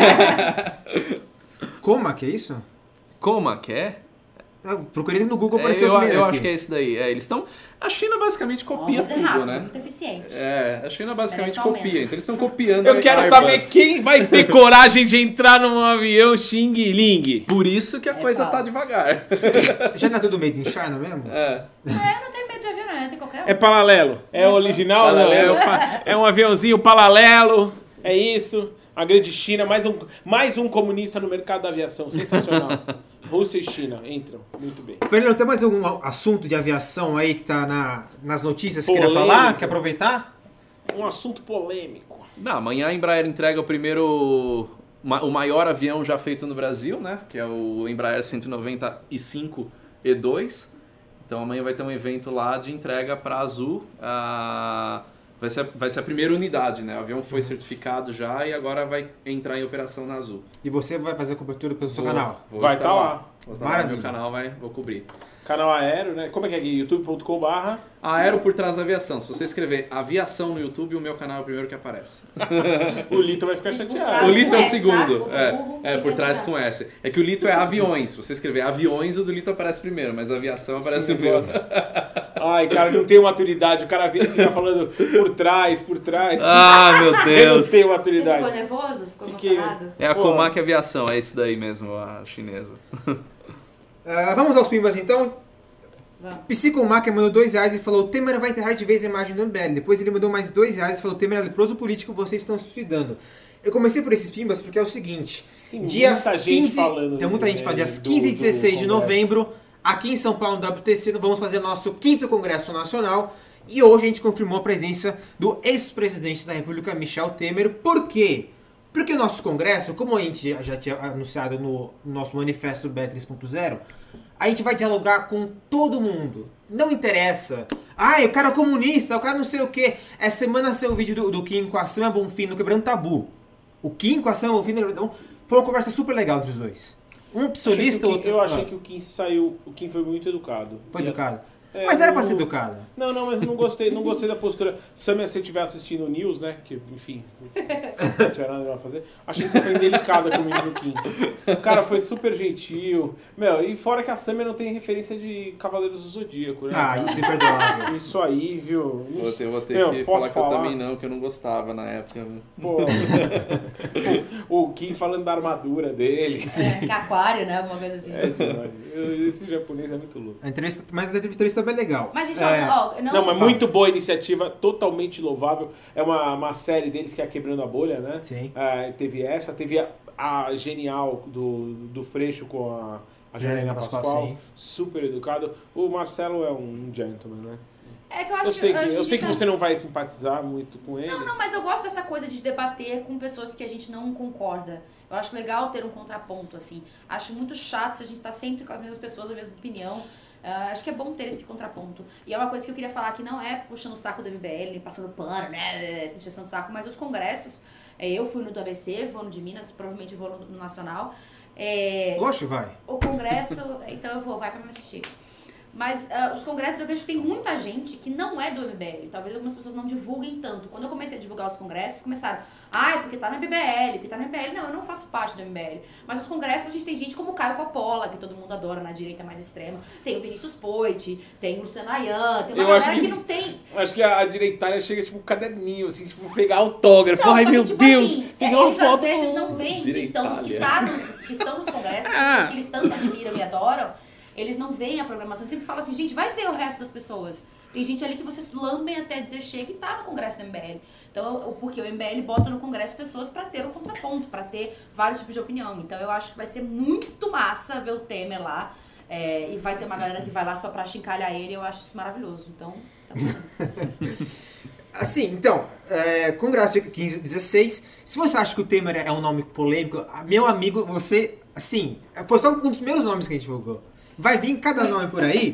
Como que é isso? Como que é? Eu procurei no Google, apareceu primeiro eu aqui. acho que é esse daí. Eles estão... A China basicamente copia Vamos tudo, errar, né? muito eficiente. A China basicamente Merece um copia. aumento. Então eles estão copiando Eu a quero Airbus. saber quem vai ter coragem de entrar num avião Xing Ling. Por isso que a coisa pau. tá devagar. Já não é tudo made in China mesmo? Eu não tenho medo de avião, não. Tem qualquer um. É paralelo. É original? Paralelo. Não, é um aviãozinho paralelo. É isso. A grande China, mais um comunista no mercado da aviação. Sensacional. Rússia e China entram. Muito bem. Fernando, tem mais algum assunto de aviação aí que tá nas notícias que queria Polêmico. falar? Quer aproveitar? Um assunto polêmico. Não, amanhã a Embraer entrega o maior avião já feito no Brasil, né? Que é o Embraer 195 E2. Então amanhã vai ter um evento lá de entrega para a Azul. Vai ser a primeira unidade, né? O avião foi certificado já e agora vai entrar em operação na Azul. E você vai fazer a cobertura pelo seu canal? Vou Vai estar tá lá. Vou estar lá no Maravilha. meu canal, vou cobrir. Canal aéreo, né? Como é que é aqui? youtube.com/. Aero por trás da aviação. Se você escrever aviação no YouTube, o meu canal é o primeiro que aparece. O Lito vai ficar Isso por chateado. trás. O Lito é o S, segundo. tá? O É por trás com S. É que o Lito é aviões. Se você escrever aviões, o do Lito aparece primeiro, mas a aviação aparece Sim, primeiro. Ai, cara, não tenho maturidade. O cara vira e fica falando por trás. Ah, meu Eu não Deus. tenho Você maturidade. ficou nervoso? Ficou Fiquei. emocionado? É a Pô. Comac Aviação, é isso daí mesmo, a chinesa. Vamos aos pimbas então? Vamos. Psicomac mandou R$2 e falou: o Temer vai enterrar de vez a imagem do MBL. Depois ele mandou mais R$2 e falou: Temer é leproso político, vocês estão se suicidando. Eu comecei por esses pimbas porque é o seguinte: Tem dias muita gente 15, falando tem muita do gente falando, dias do- 15 e do 16 de congresso. novembro, aqui em São Paulo, no WTC, vamos fazer nosso 5º Congresso Nacional. E hoje a gente confirmou a presença do ex-presidente da República, Michel Temer. Por quê? Porque o nosso congresso, como a gente já tinha anunciado no nosso manifesto BR 3.0, a gente vai dialogar com todo mundo. Não interessa. Ai, o cara é comunista, o cara não sei o quê. Essa semana saiu o vídeo do Kim com a Sam Bonfim no Quebrando Tabu. O Kim com a Sam Bonfim no Quebrando Tabu. Foi uma conversa super legal entre os dois. Um psolista, o outro... Eu achei que o Kim saiu. O Kim foi muito educado. Foi E educado. É, Mas era pra não- ser educado. Não, mas eu não gostei da postura. Samia, se você estiver assistindo o News, né? Que, enfim, não tinha nada pra fazer. Achei que você foi indelicada com o menino Kim. O cara foi super gentil. Meu, e fora que a Samia não tem referência de Cavaleiros do Zodíaco, né? Ah, cara? isso é imperdoável. Isso aí, viu? Eu vou ter Meu, que posso falar que eu também não, que eu não gostava na época. Pô, o Kim falando da armadura dele. É, que aquário, né? Alguma coisa assim. É demais. Esse japonês é muito louco. Mas a entrevista é bem legal. Mas, gente, É, ó, Não, mas muito boa a iniciativa, totalmente louvável. É uma série deles que é Quebrando a Bolha, né? Sim. Teve essa, teve a genial do Freixo com a Janaína Janaína Pascoal, Pascoal, sim. super educado. O Marcelo é um gentleman, né? É que eu acho Eu sei que, hoje em eu sei que dia você não vai simpatizar muito com ele. Não, mas eu gosto dessa coisa de debater com pessoas que a gente não concorda. Eu acho legal ter um contraponto, assim. Acho muito chato se a gente tá sempre com as mesmas pessoas, a mesma opinião. Acho que é bom ter esse contraponto. E é uma coisa que eu queria falar que não é puxando o saco do MBL, passando pano, né, essa injeção de saco, mas os congressos. Eu fui no do ABC, vou no de Minas, provavelmente vou no Nacional. Lógico, vai. O congresso, então eu vou, vai pra me assistir. Mas os congressos eu vejo que tem muita gente que não é do MBL. Talvez algumas pessoas não divulguem tanto. Quando eu comecei a divulgar os congressos, começaram, porque tá no MBL, porque tá no MBL. Não, eu não faço parte do MBL. Mas os congressos a gente tem gente como o Caio Coppola, que todo mundo adora na direita mais extrema. Tem o Vinícius Poit, tem o Luciano Ayan, tem uma galera que não tem. Acho que a direitária chega tipo um caderninho, assim, tipo, pegar autógrafo. Não, Ai, só que, meu tipo Deus! assim, Pegar uma eles às foto vezes com- não veem que estão nos congressos, Ah. pessoas que eles tanto admiram e adoram, eles não veem a programação. Eu sempre falo assim, gente, vai ver o resto das pessoas. Tem gente ali que vocês lambem até dizer chega e tá no congresso do MBL. Então, porque o MBL bota no congresso pessoas pra ter o contraponto, pra ter vários tipos de opinião. Então, eu acho que vai ser muito massa ver o Temer lá. E vai ter uma galera que vai lá só pra chincalhar ele. Eu acho isso maravilhoso. Então, tá bom. Assim, então, Congresso de 15 e 16, se você acha que o Temer é um nome polêmico, meu amigo, você, assim, foi só um dos primeiros nomes que a gente divulgou. Vai vir cada nome por aí,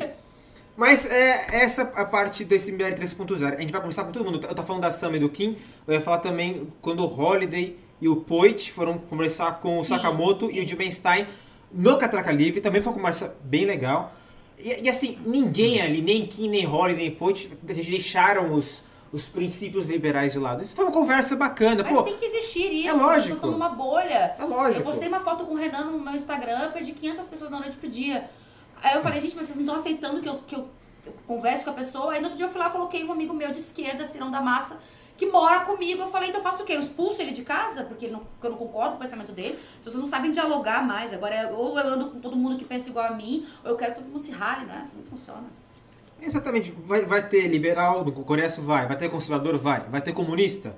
mas essa a parte desse MBL 3.0. A gente vai conversar com todo mundo. Eu tô falando da Sam e do Kim, eu ia falar também quando o Holiday e o Poit foram conversar com o Sim, Sakamoto sim. e o Dibenstein no Catraca Livre, também foi uma conversa bem legal. E assim, ninguém ali, nem Kim, nem Holiday, nem Poit, deixaram os princípios liberais de lado. Isso foi uma conversa bacana. Mas Pô, tem que existir isso. é As lógico. pessoas estão numa bolha. É lógico. Eu postei uma foto com o Renan no meu Instagram, eu perdi 500 pessoas da noite pro dia. Aí eu falei, gente, mas vocês não estão aceitando que eu converse com a pessoa? Aí no outro dia eu fui lá, coloquei um amigo meu de esquerda, Cirão da Massa, que mora comigo. Eu falei, então eu faço o quê? Eu expulso ele de casa? Porque eu não concordo com o pensamento dele. As pessoas não sabem dialogar mais. Agora, ou eu ando com todo mundo que pensa igual a mim, ou eu quero que todo mundo se rale, né? Assim funciona. Exatamente. Vai ter liberal no Congresso? Vai ter conservador? Vai ter comunista?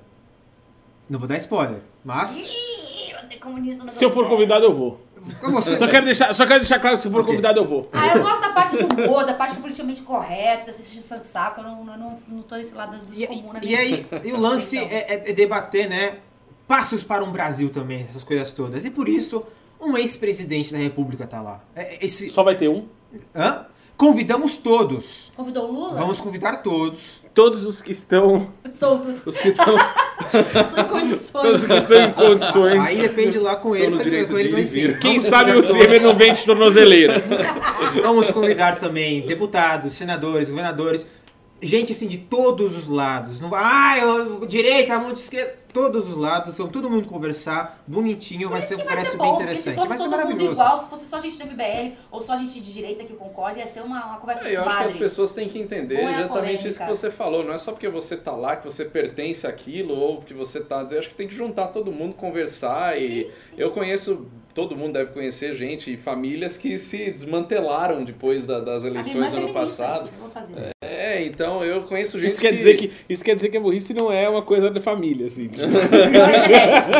Não vou dar spoiler, mas... Ih, vai ter comunista no Se eu for Congresso. convidado, eu vou. Com você. Só quero deixar claro que se eu for Ok. convidado, eu vou. Eu gosto da parte de humor, da parte politicamente correta, essa extinção de saco. Eu não tô nesse lado dos comunas. E o lance é debater, né, passos para um Brasil também, essas coisas todas. E por isso, um ex-presidente da República tá lá. Só vai ter um. Hã? Convidamos todos. Convidou o Lula? Vamos convidar todos. Todos os que estão. Soltos. Os que estão Estão em condições. Todos os que estão em condições. Aí depende lá com Estão ele, no mas direito com ele de vai ir e vir. vir. Quem Vamos sabe o convidar Temer todos. não vende tornozeleira. Vamos convidar também deputados, senadores, governadores, gente assim de todos os lados. Não vai, direita, a mão de esquerda, todos os lados, vamos todo mundo conversar, bonitinho, vai ser um Vai congresso ser bem bom, porque se interessante. fosse Vai ser todo mundo maravilhoso. igual, se fosse só gente do MBL ou só gente de direita que concorda, ia ser uma conversa de Eu acho que as padre. pessoas têm que entender Ou é a exatamente isso que polêmica. você falou. Não é só porque você tá lá que você pertence àquilo ou que você tá... Eu acho que tem que juntar todo mundo, conversar e... Sim. Eu conheço... Todo mundo deve conhecer gente e famílias que se desmantelaram depois das A minha irmã é eleições do ano feminista, passado. gente, eu vou fazer. Então eu conheço gente Isso quer dizer que a burrice não é uma coisa da família, assim. Não é genético.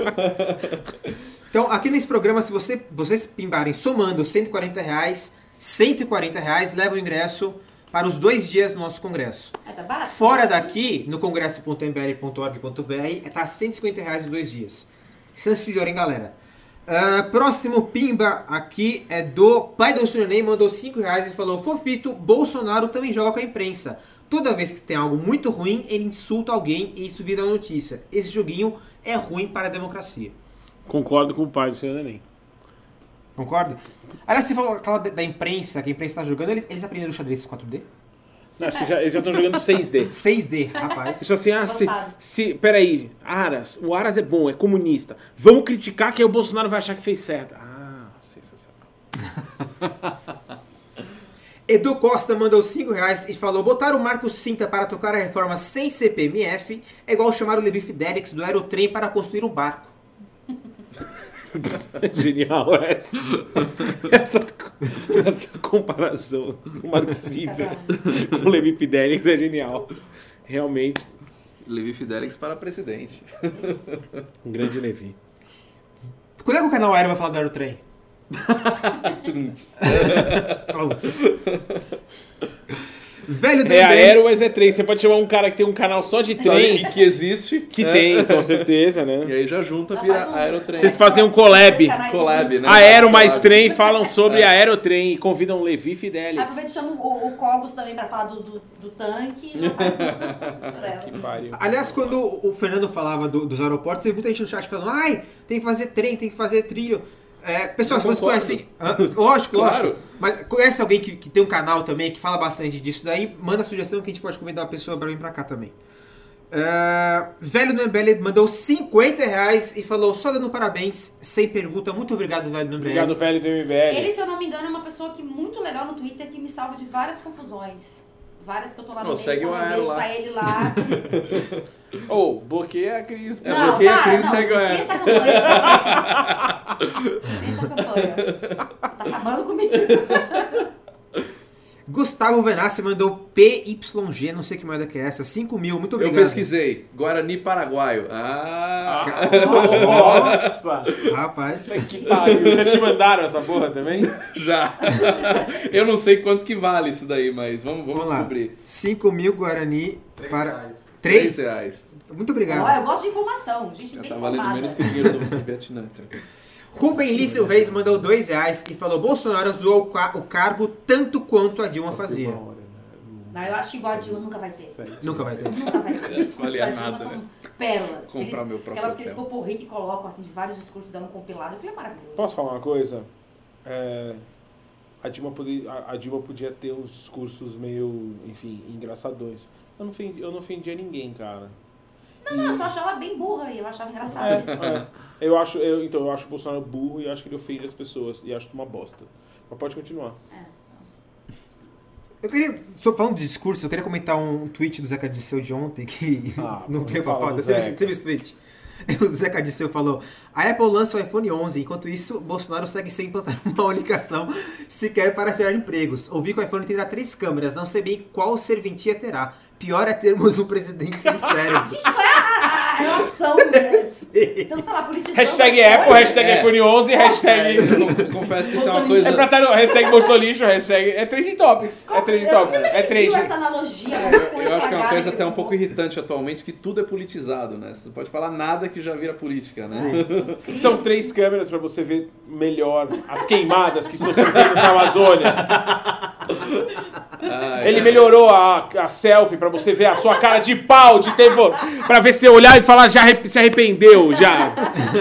Então, aqui nesse programa, se vocês pimbarem somando R$140, R$140 leva o ingresso para os 2 dias do nosso congresso. Tá barato? Fora daqui, no congresso.mbl.org.br, tá R$150 os 2 dias. Se senhorem, galera. Próximo pimba aqui é do pai do Surinei, mandou R$5 e falou: Fofito, Bolsonaro também joga com a imprensa. Toda vez que tem algo muito ruim, ele insulta alguém e isso vira notícia. Esse joguinho é ruim para a democracia. Concordo com o pai do senhor Neném. Concorda? Aliás, você falou aquela da imprensa, que a imprensa tá jogando, eles aprenderam xadrez 4D? Não, acho que eles já estão jogando 6D. 6D, rapaz. Isso assim, Avançado. peraí, o Aras é bom, é comunista. Vamos criticar que aí o Bolsonaro vai achar que fez certo. Sensacional. Edu Costa mandou R$5 e falou: botar o Marcos Cinta para tocar a reforma sem CPMF é igual chamar o Levi Fidelix do Aerotrem para construir um barco. Genial essa comparação do Marcos Cinta com o Levi Fidelix é genial. Realmente, Levi Fidelix para presidente. um grande Levi. Quando é que o canal Aero vai falar do Aerotrem? Velho do É MBL. aero, mas é trem. Você pode chamar um cara que tem um canal só de trem, Que existe. que tem, com certeza, E né? aí já junta, Não, vira faz um- aerotrem. Vocês fazem um collab. Collab, né? Aero mais trem, falam sobre aerotrem e convidam Levi Fidelis. Aproveita e chama o Cogos também pra falar do tanque. Já faz Que pariu. Aliás, quando o Fernando falava dos aeroportos, teve muita gente no chat falando, ai, tem que fazer trem, tem que fazer trilho. Pessoal, Eu se vocês concordo. conhecem... Lógico, Claro. lógico. Mas conhece alguém que tem um canal também, que fala bastante disso daí, manda sugestão que a gente pode convidar a pessoa pra vir pra cá também. Velho do MBL mandou R$50 e falou, só dando parabéns, sem pergunta. Muito obrigado, Velho do MBL. Obrigado, velho do MBL. Ele, se eu não me engano, é uma pessoa que muito legal no Twitter, que me salva de várias confusões. Várias que eu tô lá no meio, segue quando o eu Aero vejo lá. tá ele lá. Ô, bloqueia a Cris. Não, porque a para, Cris não, segue o sem Aero. essa campanha. Sem essa campanha. Você tá acabando comigo. Gustavo Venassi mandou PYG, não sei que moeda que é essa, 5 mil, muito Eu obrigado. pesquisei. Guarani Paraguaio. Nossa! Rapaz, Que pariu. Já te mandaram essa porra também? Já. Eu não sei quanto que vale isso daí, mas vamos vamos lá. descobrir. 5 mil Guarani para... R$3. 3? R$3. Muito obrigado. Ó, eu gosto de informação, gente Já bem tá valendo informada. menos que o dinheiro do Vietnã, cara. Rubem Lício Reis mandou R$2 e falou, Bolsonaro zoou o cargo tanto quanto a Dilma fazia. Não, eu acho que igual a Dilma nunca vai ter. Nunca vai ter. Nunca vai ter. Os discursos Valia da Dilma nada, são né? pérolas. Comprar meu próprio Aquelas hotel. poporri que colocam, assim, de vários discursos dando um compilado, aquilo é maravilhoso. Posso falar uma coisa? A Dilma podia ter uns discursos meio, enfim, engraçadões. Eu não ofendia ninguém, cara. Não, eu só acho ela bem burra e eu achava engraçado isso. Eu acho o Bolsonaro burro e acho que ele ofende as pessoas. E acho isso uma bosta. Mas pode continuar. Eu queria, só falando de discurso, eu queria comentar um tweet do Zeca Disseu de ontem, que não veio pra fala pauta. do Você Zeca. viu esse tweet? O Zeca Disseu falou, a Apple lança o iPhone 11, enquanto isso, Bolsonaro segue sem implantar uma única ação sequer para gerar empregos. Ouvi que o iPhone terá 3 câmeras, não sei bem qual serventia terá. Pior é termos um presidente sem cérebro. Gente, qual é a relação, né? Então, sei lá, politizando. Hashtag Apple, hashtag iPhone 11, hashtag... Eu confesso que isso é uma Bolsonaro. coisa... É pra estar no hashtag Bolsolixo, hashtag... É trending topics. É trending Eu não topics. sei É se trending. viu essa analogia. Eu acho que é uma coisa até um pouco irritante atualmente, que tudo é politizado, né? Você não pode falar nada que já vira política, né? São 3 câmeras pra você ver melhor as queimadas que estão sendo feitas na Amazônia. Ele melhorou a selfie pra você ver a sua cara de pau de tempo, pra ver se você olhar e falar já se arrependeu já.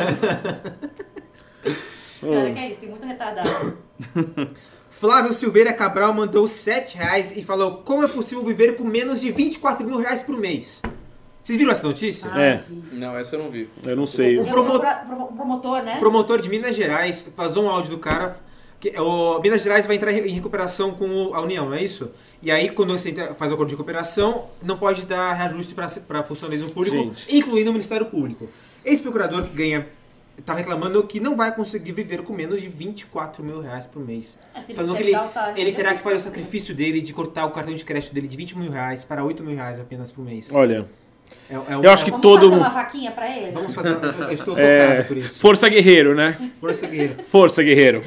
Cara, que é isso, tem muito retardado. Flávio Silveira Cabral mandou R$7 e falou, como é possível viver com menos de R$24 mil por mês? Vocês viram essa notícia? É. Não, essa eu não vi. Eu não sei. O promotor, né? O promotor de Minas Gerais vazou um áudio do cara. Minas Gerais vai entrar em recuperação com a União, não é isso? E aí, quando você faz o acordo de recuperação, não pode dar reajuste para funcionalismo público, Gente. incluindo o Ministério Público. Esse procurador que ganha tá reclamando que não vai conseguir viver com menos de R$24 mil por mês. Se ele Falando que quiser dar o salário ele dele, terá ele que fazer o pode. sacrifício dele de cortar o cartão de crédito dele de R$20 mil para R$8 mil apenas por mês. Olha, Eu acho que Vamos todo fazer mundo... uma vaquinha pra ele? Vamos fazer. Eu estou tocado por isso. Força guerreiro, né? Força guerreira. Força guerreiro.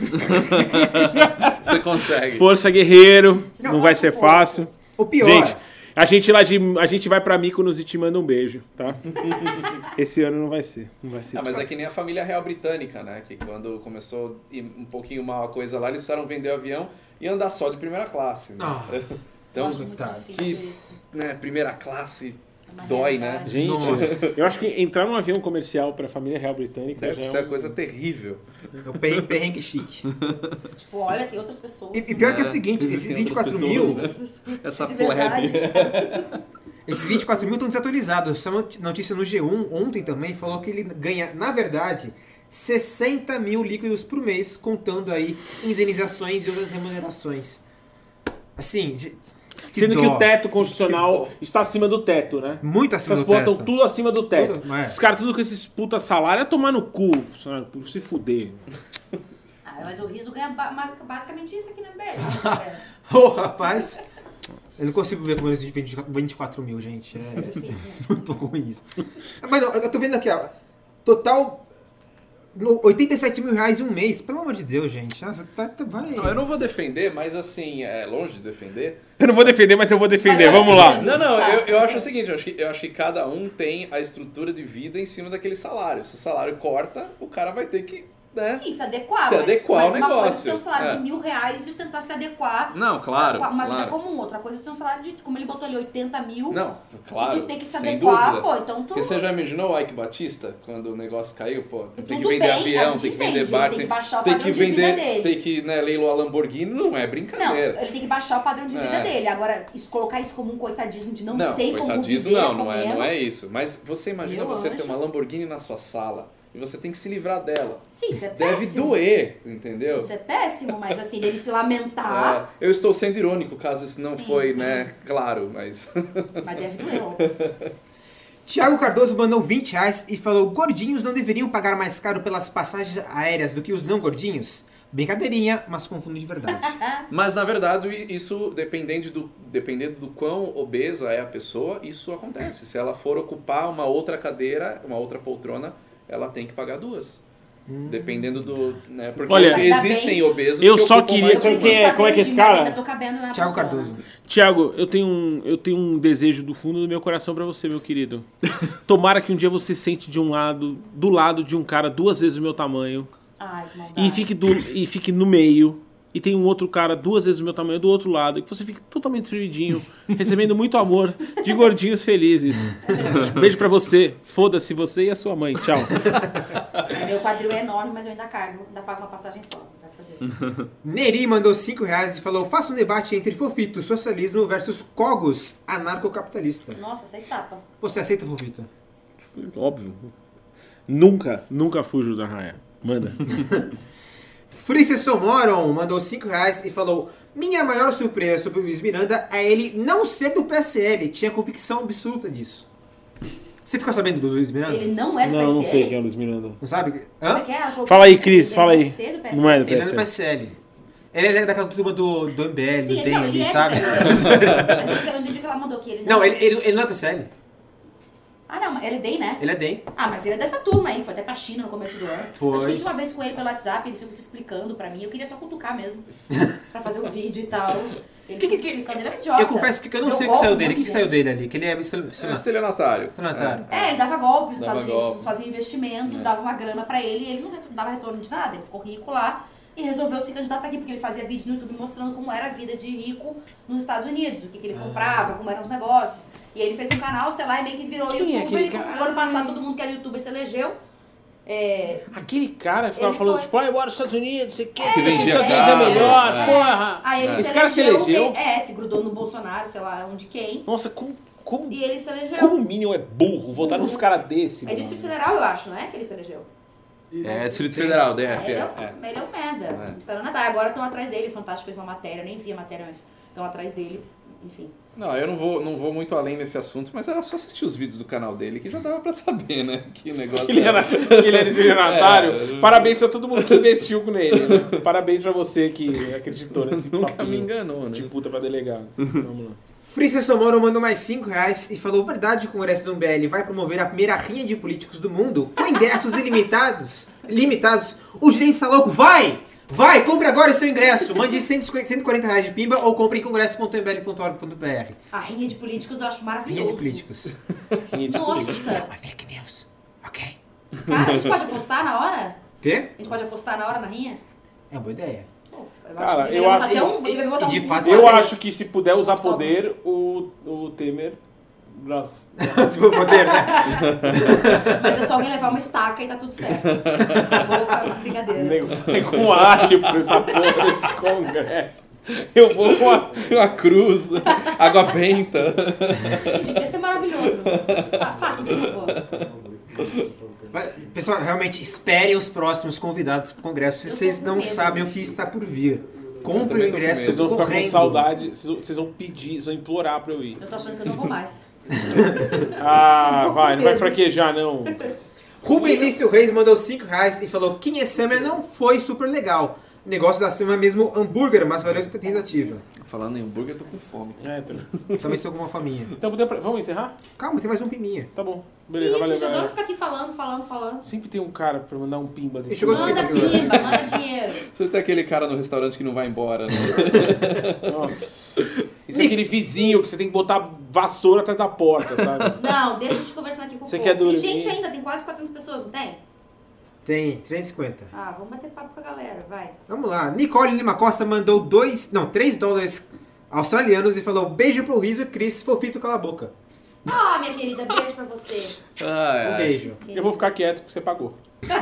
Você consegue. Força guerreiro. Se Não vai esforça ser um pouco. fácil. O pior. Gente, a gente vai pra Mykonos e te manda um beijo, tá? Esse ano não vai ser. Não vai ser. Mas é que nem a família real britânica, né? Que quando começou a ir um pouquinho mal a coisa lá, eles precisaram vender o avião e andar só de primeira classe. Né? Ah. Então, Acho muito coitado. difícil isso. né, primeira classe É uma dói, né? realidade. Gente, Nossa. eu acho que entrar num avião comercial pra família real britânica Deve já ser é uma coisa terrível. É o perrengue chique. Tipo, olha, tem outras pessoas. E pior que é o seguinte, esses Existem outras 24 mil, pessoas, Essa De plebe. verdade. esses 24 mil estão desatualizados. Essa notícia no G1 ontem também falou que ele ganha, na verdade, 60 mil líquidos por mês, contando aí indenizações e outras remunerações. Assim, Sendo que dó. o teto constitucional está acima do teto, né? Muito acima Essas do porra teto. estão tudo acima do teto. Tudo, é. Esses caras tudo com esses puta salário é tomar no cu, funcionário público, se fuder. Ah, mas o riso ganha basicamente isso aqui na BL. Ô, rapaz, eu não consigo ver com menos de 24 mil, gente. É Difícil, né? muito ruim isso. Mas não, eu tô vendo aqui, ó. Total 87 mil reais em um mês. Pelo amor de Deus, gente. Nossa, vai... Não, eu não vou defender, mas assim, é longe de defender. Eu não vou defender, mas eu vou defender. Mas eu Vamos lá. defendo. Não, eu acho o seguinte, eu acho que cada um tem a estrutura de vida em cima daquele salário. Se o salário corta, o cara vai ter que, né? Sim, se adequar. Se adequar mas ao uma coisa é negócio. ter um salário É. de R$1.000 e tentar se adequar. Não, claro, a uma vida claro. comum. Outra coisa é ter um salário de, como ele botou ali, 80 mil. Não, claro, E tu tem que se sem adequar, dúvida. pô, então tu... Porque você já imaginou o Ike Batista, quando o negócio caiu, pô, tem que Tudo vender bem, a avião, gente tem que entende, vender ele barco, tem que baixar o tem padrão que de vida vender, dele. tem que, né, leiloar Lamborghini, não é Não, brincadeira. ele tem que baixar o padrão de vida É. dele. Agora, colocar isso como um coitadismo de não, Não, sei como coitadismo viver não, com não menos. é isso. Mas você imagina Meu você ter anjo. uma Lamborghini na sua sala e você tem que se livrar dela. Sim, isso é Deve péssimo. doer, entendeu? Isso é péssimo, mas assim, dele se lamentar, É, eu estou sendo irônico, caso isso não Sim. foi, né, claro, mas... mas deve doer. óbvio. Thiago Cardoso mandou 20 reais e falou: gordinhos não deveriam pagar mais caro pelas passagens aéreas do que os não gordinhos? Brincadeirinha, mas confundo de verdade. Mas, na verdade, isso, dependendo do quão obesa é a pessoa, isso acontece. Se ela for ocupar uma outra cadeira, uma outra poltrona, ela tem que pagar duas. Dependendo do... Né, porque Olha, existem obesos eu que só ocupam queria- mais Como uma. que é? Como é que esse cara? Mas ainda tô cabendo na Thiago poltrona. Cardoso. Tiago, eu tenho um desejo do fundo do meu coração pra você, meu querido. Tomara que um dia você sente do lado de um cara 2 vezes o meu tamanho Ai, que maldade. e fique no meio. E tem um outro cara 2 vezes o meu tamanho do outro lado. E que você fique totalmente espremidinho, recebendo muito amor de gordinhos felizes. Beijo pra você. Foda-se você e a sua mãe. Tchau. Meu quadril é enorme, mas eu ainda cargo. Ainda pago uma passagem só. Graças a Deus. Neri mandou 5 reais e falou: faça um debate entre Fofito, socialismo versus Cogos, anarcocapitalista. Nossa, essa etapa. Você aceita, Fofito? Óbvio. Nunca fujo da raia. Manda. Frice Somoron mandou 5 reais e falou: minha maior surpresa sobre o Luiz Miranda é ele não ser do PSL. Tinha convicção absoluta disso. Você ficou sabendo do Luiz Miranda? Ele não é do Não, PSL? não sei quem é o Luiz Miranda. Não sabe? Como Hã? é que é? Ela falou Fala que aí, Cris, ele fala aí. ser do PSL. Não é do Ele é do PSL. PSL. Ele é daquela turma do MBL, Sim, do DEM não, ali, ele é sabe? do PSL. Mas eu entendi que ela mandou que ele não... Não, ele não é PSL. Ah, não, ele é DEM, né? Ele é DEM. Ah, mas ele é dessa turma aí, foi até pra China no começo do ano. Foi. Eu discuti uma vez com ele pelo WhatsApp, ele ficou se explicando pra mim, eu queria só cutucar mesmo, pra fazer o vídeo e tal. Ele ficou se explicando, ele é idiota. Eu confesso que eu não Deu sei o que saiu golpe dele. O em que muita saiu gente. dele ali? Que ele é É estelionatário. estelionatário. Estelionatário. É, ele dava golpes nos Dava Estados Unidos, as golpe. pessoas faziam investimentos, dava uma grana pra ele e ele não dava retorno de nada. Ele ficou rico lá e resolveu se candidatar aqui, porque ele fazia vídeos no YouTube mostrando como era a vida de rico nos Estados Unidos, o que ele comprava, como eram os negócios. E aí ele fez um canal, sei lá, e meio que virou Quem é youtuber. aquele E cara? no ano passado todo mundo que era youtuber se elegeu. Aquele cara ficava Ele falando, foi- tipo, bora aos Estados Unidos, você quer? Que vendia Estados Unidos é carro, melhor, é. porra. Aí ele Esse se cara se elegeu? se grudou no Bolsonaro, sei lá, onde quem. Nossa, como E ele se elegeu. o Minion é burro, votar nos caras desse, É mano. Distrito Federal, eu acho, não é que ele se elegeu? É, Distrito Federal, DF. Ele é É. um merda. É. Não precisaram nadar. Agora estão atrás dele. O Fantástico fez uma matéria, eu nem vi a matéria, mas estão atrás dele. Enfim. Não, eu não vou muito além nesse assunto, mas era só assistir os vídeos do canal dele que já dava pra saber, né? Que o negócio Que ele era estelionatário. É. Parabéns pra todo mundo que investiu nele. Né? Parabéns pra você que acreditou nesse nunca me papinho enganou, né? de puta pra delegado. Vamos lá. Frice Somoro mandou mais 5 reais e falou: verdade, o Congresso do MBL vai promover a primeira rinha de políticos do mundo com ingressos limitados. O gerente está louco? Vai, compre agora o seu ingresso. Mande 140 reais de pimba ou compre em congresso.mbl.org.br. A rinha de políticos eu acho maravilhoso. Rinha de políticos. Nossa! Fake news. Ok. Cara, a gente pode apostar na hora? Quê? A gente pode apostar na hora na rinha? É uma boa ideia. Pô, eu Cara, acho que eu ele vai acho- botar até um... Ele vai botar e de um... fato- Eu Olha, acho que se puder usar poder, o Temer... Nossa. Se for poder, né? Mas é só alguém levar uma estaca e tá tudo certo. Acabou com a O brincadeira. nego vai com alho pra essa porra desse congresso. Eu vou com a... Uma cruz, água benta. Gente, isso ia ser maravilhoso. Façam, por favor. Mas, pessoal, realmente esperem os próximos convidados pro congresso se Eu tô vocês com não medo. sabem o que está por vir. Compre o também tô com ingresso medo. Vocês vão ficar com correndo. saudade, vocês vão pedir, vocês vão implorar pra eu ir. Eu tô achando que eu não vou mais. Ah, com vai, não vai medo. fraquejar, não. Rubem Lício Reis mandou 5 reais e falou: Kim Summer não foi super legal, O negócio da semana é mesmo hambúrguer, mas valeu a tentativa. Falando em hambúrguer, eu tô com fome. Também estou com uma faminha. Então, vamos encerrar? Calma, tem mais um piminha. Tá bom. Beleza, Isso, valeu, gente, eu adoro galera. ficar aqui falando. Sempre tem um cara pra mandar um pimba. E chegou Manda também, tá aqui, pimba, manda dinheiro. Você tem aquele cara no restaurante que não vai embora, né? Nossa. Isso é aquele vizinho que você tem que botar vassoura atrás da porta, sabe? Não, deixa a gente conversando aqui com o Você povo. quer dormir? Tem gente ainda, tem quase 400 pessoas, não tem? Tem, 350. Ah, vamos bater papo com a galera, vai. Vamos lá. Nicole Lima Costa mandou $3 australianos e falou: beijo pro Riso, Cris, fofito, cala a boca. Ah, minha querida, beijo pra você. Um beijo. Eu vou ficar quieto porque você pagou.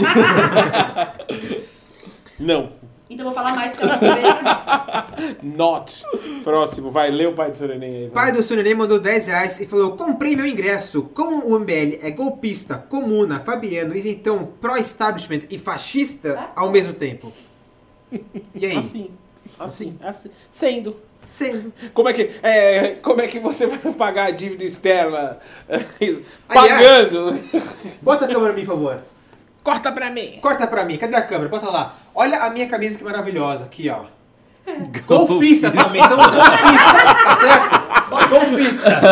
Não. Então eu vou falar mais porque eu não tô beijo. Not. Próximo. Vai, lê o pai do seu neném aí. O pai do seu neném mandou R$10 e falou: comprei meu ingresso. Como o MBL é golpista, comuna, fabiano, isentão, pró-establishment e fascista ao mesmo tempo. E aí? Assim. Sendo. Sendo. Como é que você vai pagar a dívida externa? Aliás, Pagando. Bota a câmera pra mim, por favor. Corta pra mim. Corta pra mim. Cadê a câmera? Bota lá. Olha a minha camisa que maravilhosa. Aqui, ó. Golfista também. Somos golfistas, tá certo? Golfista.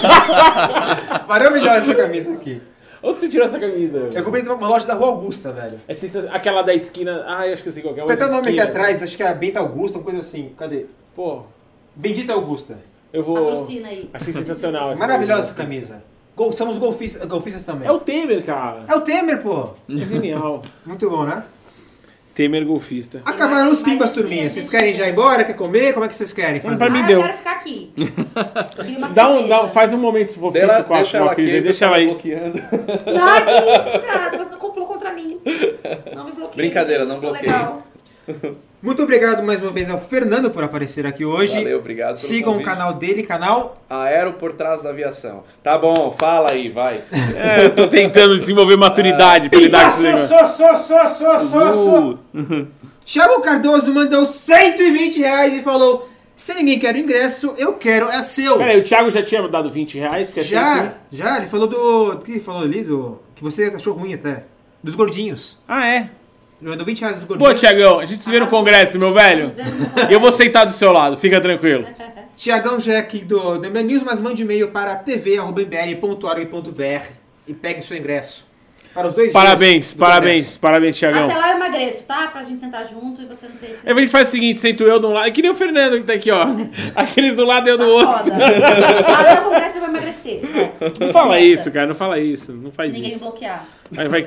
Maravilhosa essa camisa aqui. Onde você tirou essa camisa? Eu comprei numa loja da Rua Augusta, velho. É aquela da esquina. Ah, eu acho que eu sei qual que é. Tem até o nome aqui Esquina. atrás. Acho que é Benta Augusta, uma coisa assim. Cadê? Pô, Bendita Augusta. eu vou... Patrocina aí. Achei sensacional. Maravilhosa essa camisa. Somos golfistas também. É o Temer, cara. É o Temer, pô. É genial. Muito bom, né? Temer golfista. Acabaram os Mas pimbas, assim, turminha. a Vocês gente- querem já ir embora? Quer comer? Como é que vocês querem fazer? Pra mim Ah, deu. eu quero ficar aqui. Eu queria uma Faz cerveja. um momento fofito Deixa com a ela Cris. aqui, Deixa ela aí. bloqueando. Não, que isso, cara. Você não complô contra mim. Não me bloqueie. Brincadeira, gente, não eu sou bloqueie. legal. Muito obrigado mais uma vez ao Fernando por aparecer aqui hoje. Valeu, obrigado pelo Sigam o convite. canal dele, canal... Aero por trás da aviação. Tá bom, fala aí, vai. É, eu tô tentando desenvolver maturidade pra lidar com esse negócio. Sou. Thiago Cardoso mandou R$120 e falou: se ninguém quer o ingresso, eu quero, é seu. Peraí, o Thiago já tinha dado R$20? Porque Já, ele falou do... O que ele falou ali? Que você achou ruim até. Dos gordinhos. Ah, é? Ele mandou R$20 dos gordinhos. Pô, Thiagão, a gente se vê no congresso, meu velho. Nos vemos no congresso. Eu vou sentar do seu lado, fica tranquilo. Tiagão já é aqui do MBL News, mas mande e-mail para tv@mbl.org.br e pegue seu ingresso. Para os 2 dias. Parabéns, do parabéns, congresso. parabéns, Thiagão. Até lá eu emagreço, tá? Pra gente sentar junto e você não ter esse... A gente faz o seguinte, sento eu de um lado, é que nem o Fernando que tá aqui, ó. Aqueles do lado e eu do outro. Foda. Lá no congresso eu vou emagrecer. Não fala Nessa. isso, cara, não fala isso, não Se faz ninguém me isso. bloquear. Vai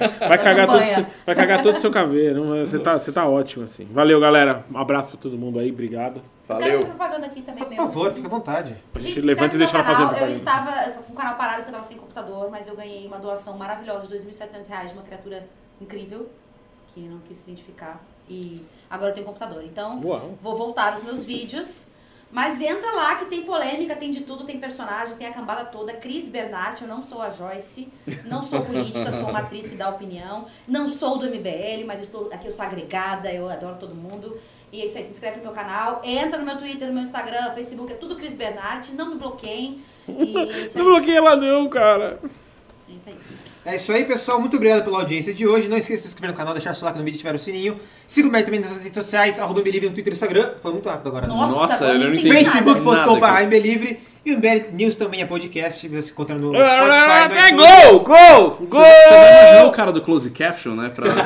cagar todo o seu cabelo, você tá ótimo, assim. Valeu, galera, um abraço pra todo mundo aí, obrigado. Eu quero fazer Valeu. propaganda aqui também Por mesmo. favor, fique à vontade. A gente se levanta e inscreve deixa no ela fazendo canal. propaganda. Eu tô com o canal parado porque eu tava sem computador, mas eu ganhei uma doação maravilhosa de R$2.700 de uma criatura incrível, que não quis se identificar. E agora eu tenho computador. Então, Uau. vou voltar os meus vídeos. Mas entra lá que tem polêmica, tem de tudo, tem personagem, tem a cambada toda. Cris Bernat, eu não sou a Joyce, não sou política, sou uma atriz que dá opinião. Não sou do MBL, mas aqui eu sou agregada, eu adoro todo mundo. E é isso aí, se inscreve no meu canal, entra no meu Twitter, no meu Instagram, Facebook, é tudo Cris Bernat, não me bloqueiem. E é isso aí. Não bloqueia lá não, cara. É isso aí. É isso aí, pessoal. Muito obrigado pela audiência de hoje. Não esqueça de se inscrever no canal, deixar seu like no vídeo e ativar o sininho. Siga o Matt também nas redes sociais, @mbelivre no Twitter e Instagram. Foi muito rápido agora. Nossa, eu não não entendi. entendi nada. Facebook.com.br mbelivre e o MBL News também é podcast. Você encontra no Spotify, no É iTunes. gol! Você vai imaginar o cara do Close Caption, né? Pra...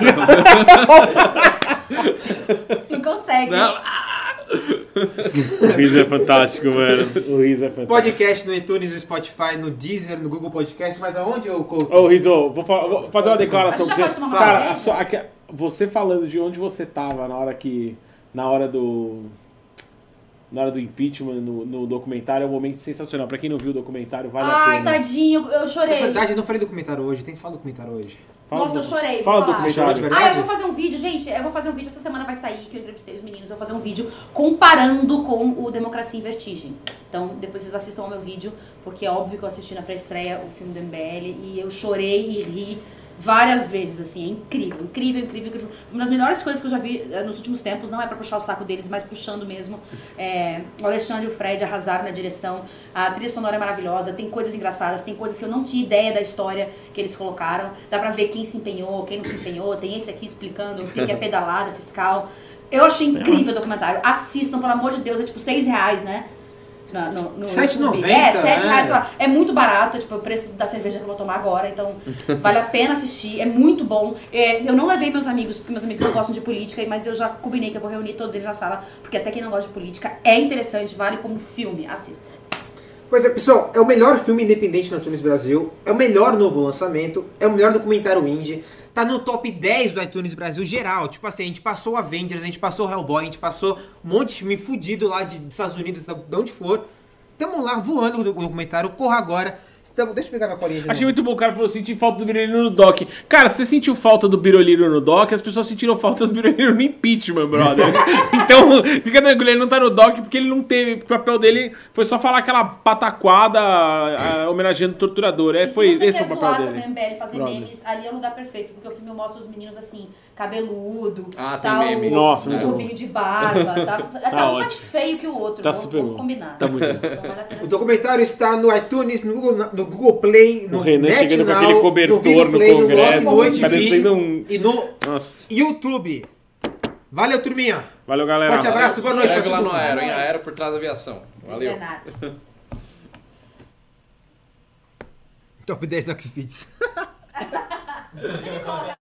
Não consegue. O riso é fantástico, mano. O riso é fantástico. Podcast no iTunes, no Spotify, no Deezer, no Google Podcast. Mas aonde eu coloco? Ô, Rizzo, vou fazer uma declaração. A gente já pode tomar uma Cara, cerveja? você falando de onde você tava na hora do impeachment no documentário, é um momento sensacional. Pra quem não viu o documentário, vale a Ai, pena. tadinho, eu Na chorei. verdade, eu não falei documentário hoje. Tem que falar documentário hoje. Fala Nossa, eu chorei, Fala vou do falar. Chorou de documentário. verdade? Eu vou fazer um vídeo, gente, essa semana vai sair, que eu entrevistei os meninos, eu vou fazer um vídeo comparando com o Democracia em Vertigem. Então, depois vocês assistam ao meu vídeo, porque é óbvio que eu assisti na pré-estreia o filme do MBL, e eu chorei e ri várias vezes, assim, é incrível, incrível, incrível, incrível. Uma das melhores coisas que eu já vi nos últimos tempos, não é pra puxar o saco deles, mas puxando mesmo. O Alexandre e o Fred arrasaram na direção, a trilha sonora é maravilhosa, tem coisas engraçadas, tem coisas que eu não tinha ideia da história que eles colocaram, dá pra ver quem se empenhou, quem não se empenhou, tem esse aqui explicando o que é pedalada fiscal. Eu achei incrível o documentário, assistam, pelo amor de Deus, é tipo R$6, né? No R$7,90, R$7, sei lá. É muito barato, tipo, o preço da cerveja que eu vou tomar agora, então vale a pena assistir, é muito bom. Eu não levei meus amigos, porque meus amigos não gostam de política, mas eu já combinei que eu vou reunir todos eles na sala, porque até quem não gosta de política é interessante, vale como filme, assista. Pois é, pessoal, é o melhor filme independente no iTunes Brasil, é o melhor novo lançamento, é o melhor documentário indie, tá no top 10 do iTunes Brasil geral. Tipo assim, a gente passou Avengers, a gente passou Hellboy, a gente passou um monte de filme fudido lá dos Estados Unidos, de onde for. Tamo lá voando com o documentário, corra agora. Deixa eu pegar minha colinha de Achei novo. muito bom, o cara falou, senti falta do Biroliro no doc. Cara, você sentiu falta do Biroliro no doc, as pessoas sentiram falta do Biroliro no impeachment, brother. Então, fica tranquilo, ele não tá no doc porque ele não teve, porque o papel dele foi só falar aquela pataquada homenageando o torturador. E Foi se você esse é quer o papel zoar dele. também, MBL, fazer Brother. memes, ali é o lugar perfeito, porque o filme mostra os meninos assim, cabeludo, Ah, tem tá meme. Nossa, um muito tubinho de barba, tá um mais ótimo. feio que o outro, Tá vamos super bom. combinar. Tá muito bom. Então vale a pena. O documentário está no iTunes, no Google Play, no O Renan NetNow, chegando com aquele cobertor Vivo no Play, Congresso, Blog Noite parecendo TV um... e no Nossa. YouTube. Valeu, turminha. Valeu, galera. Forte abraço, boa noite pra Escreve lá todo no mundo. Aero, hein? Aero por trás da aviação. Valeu. Bernardo. Top 10 do Xvideos. Ele coloca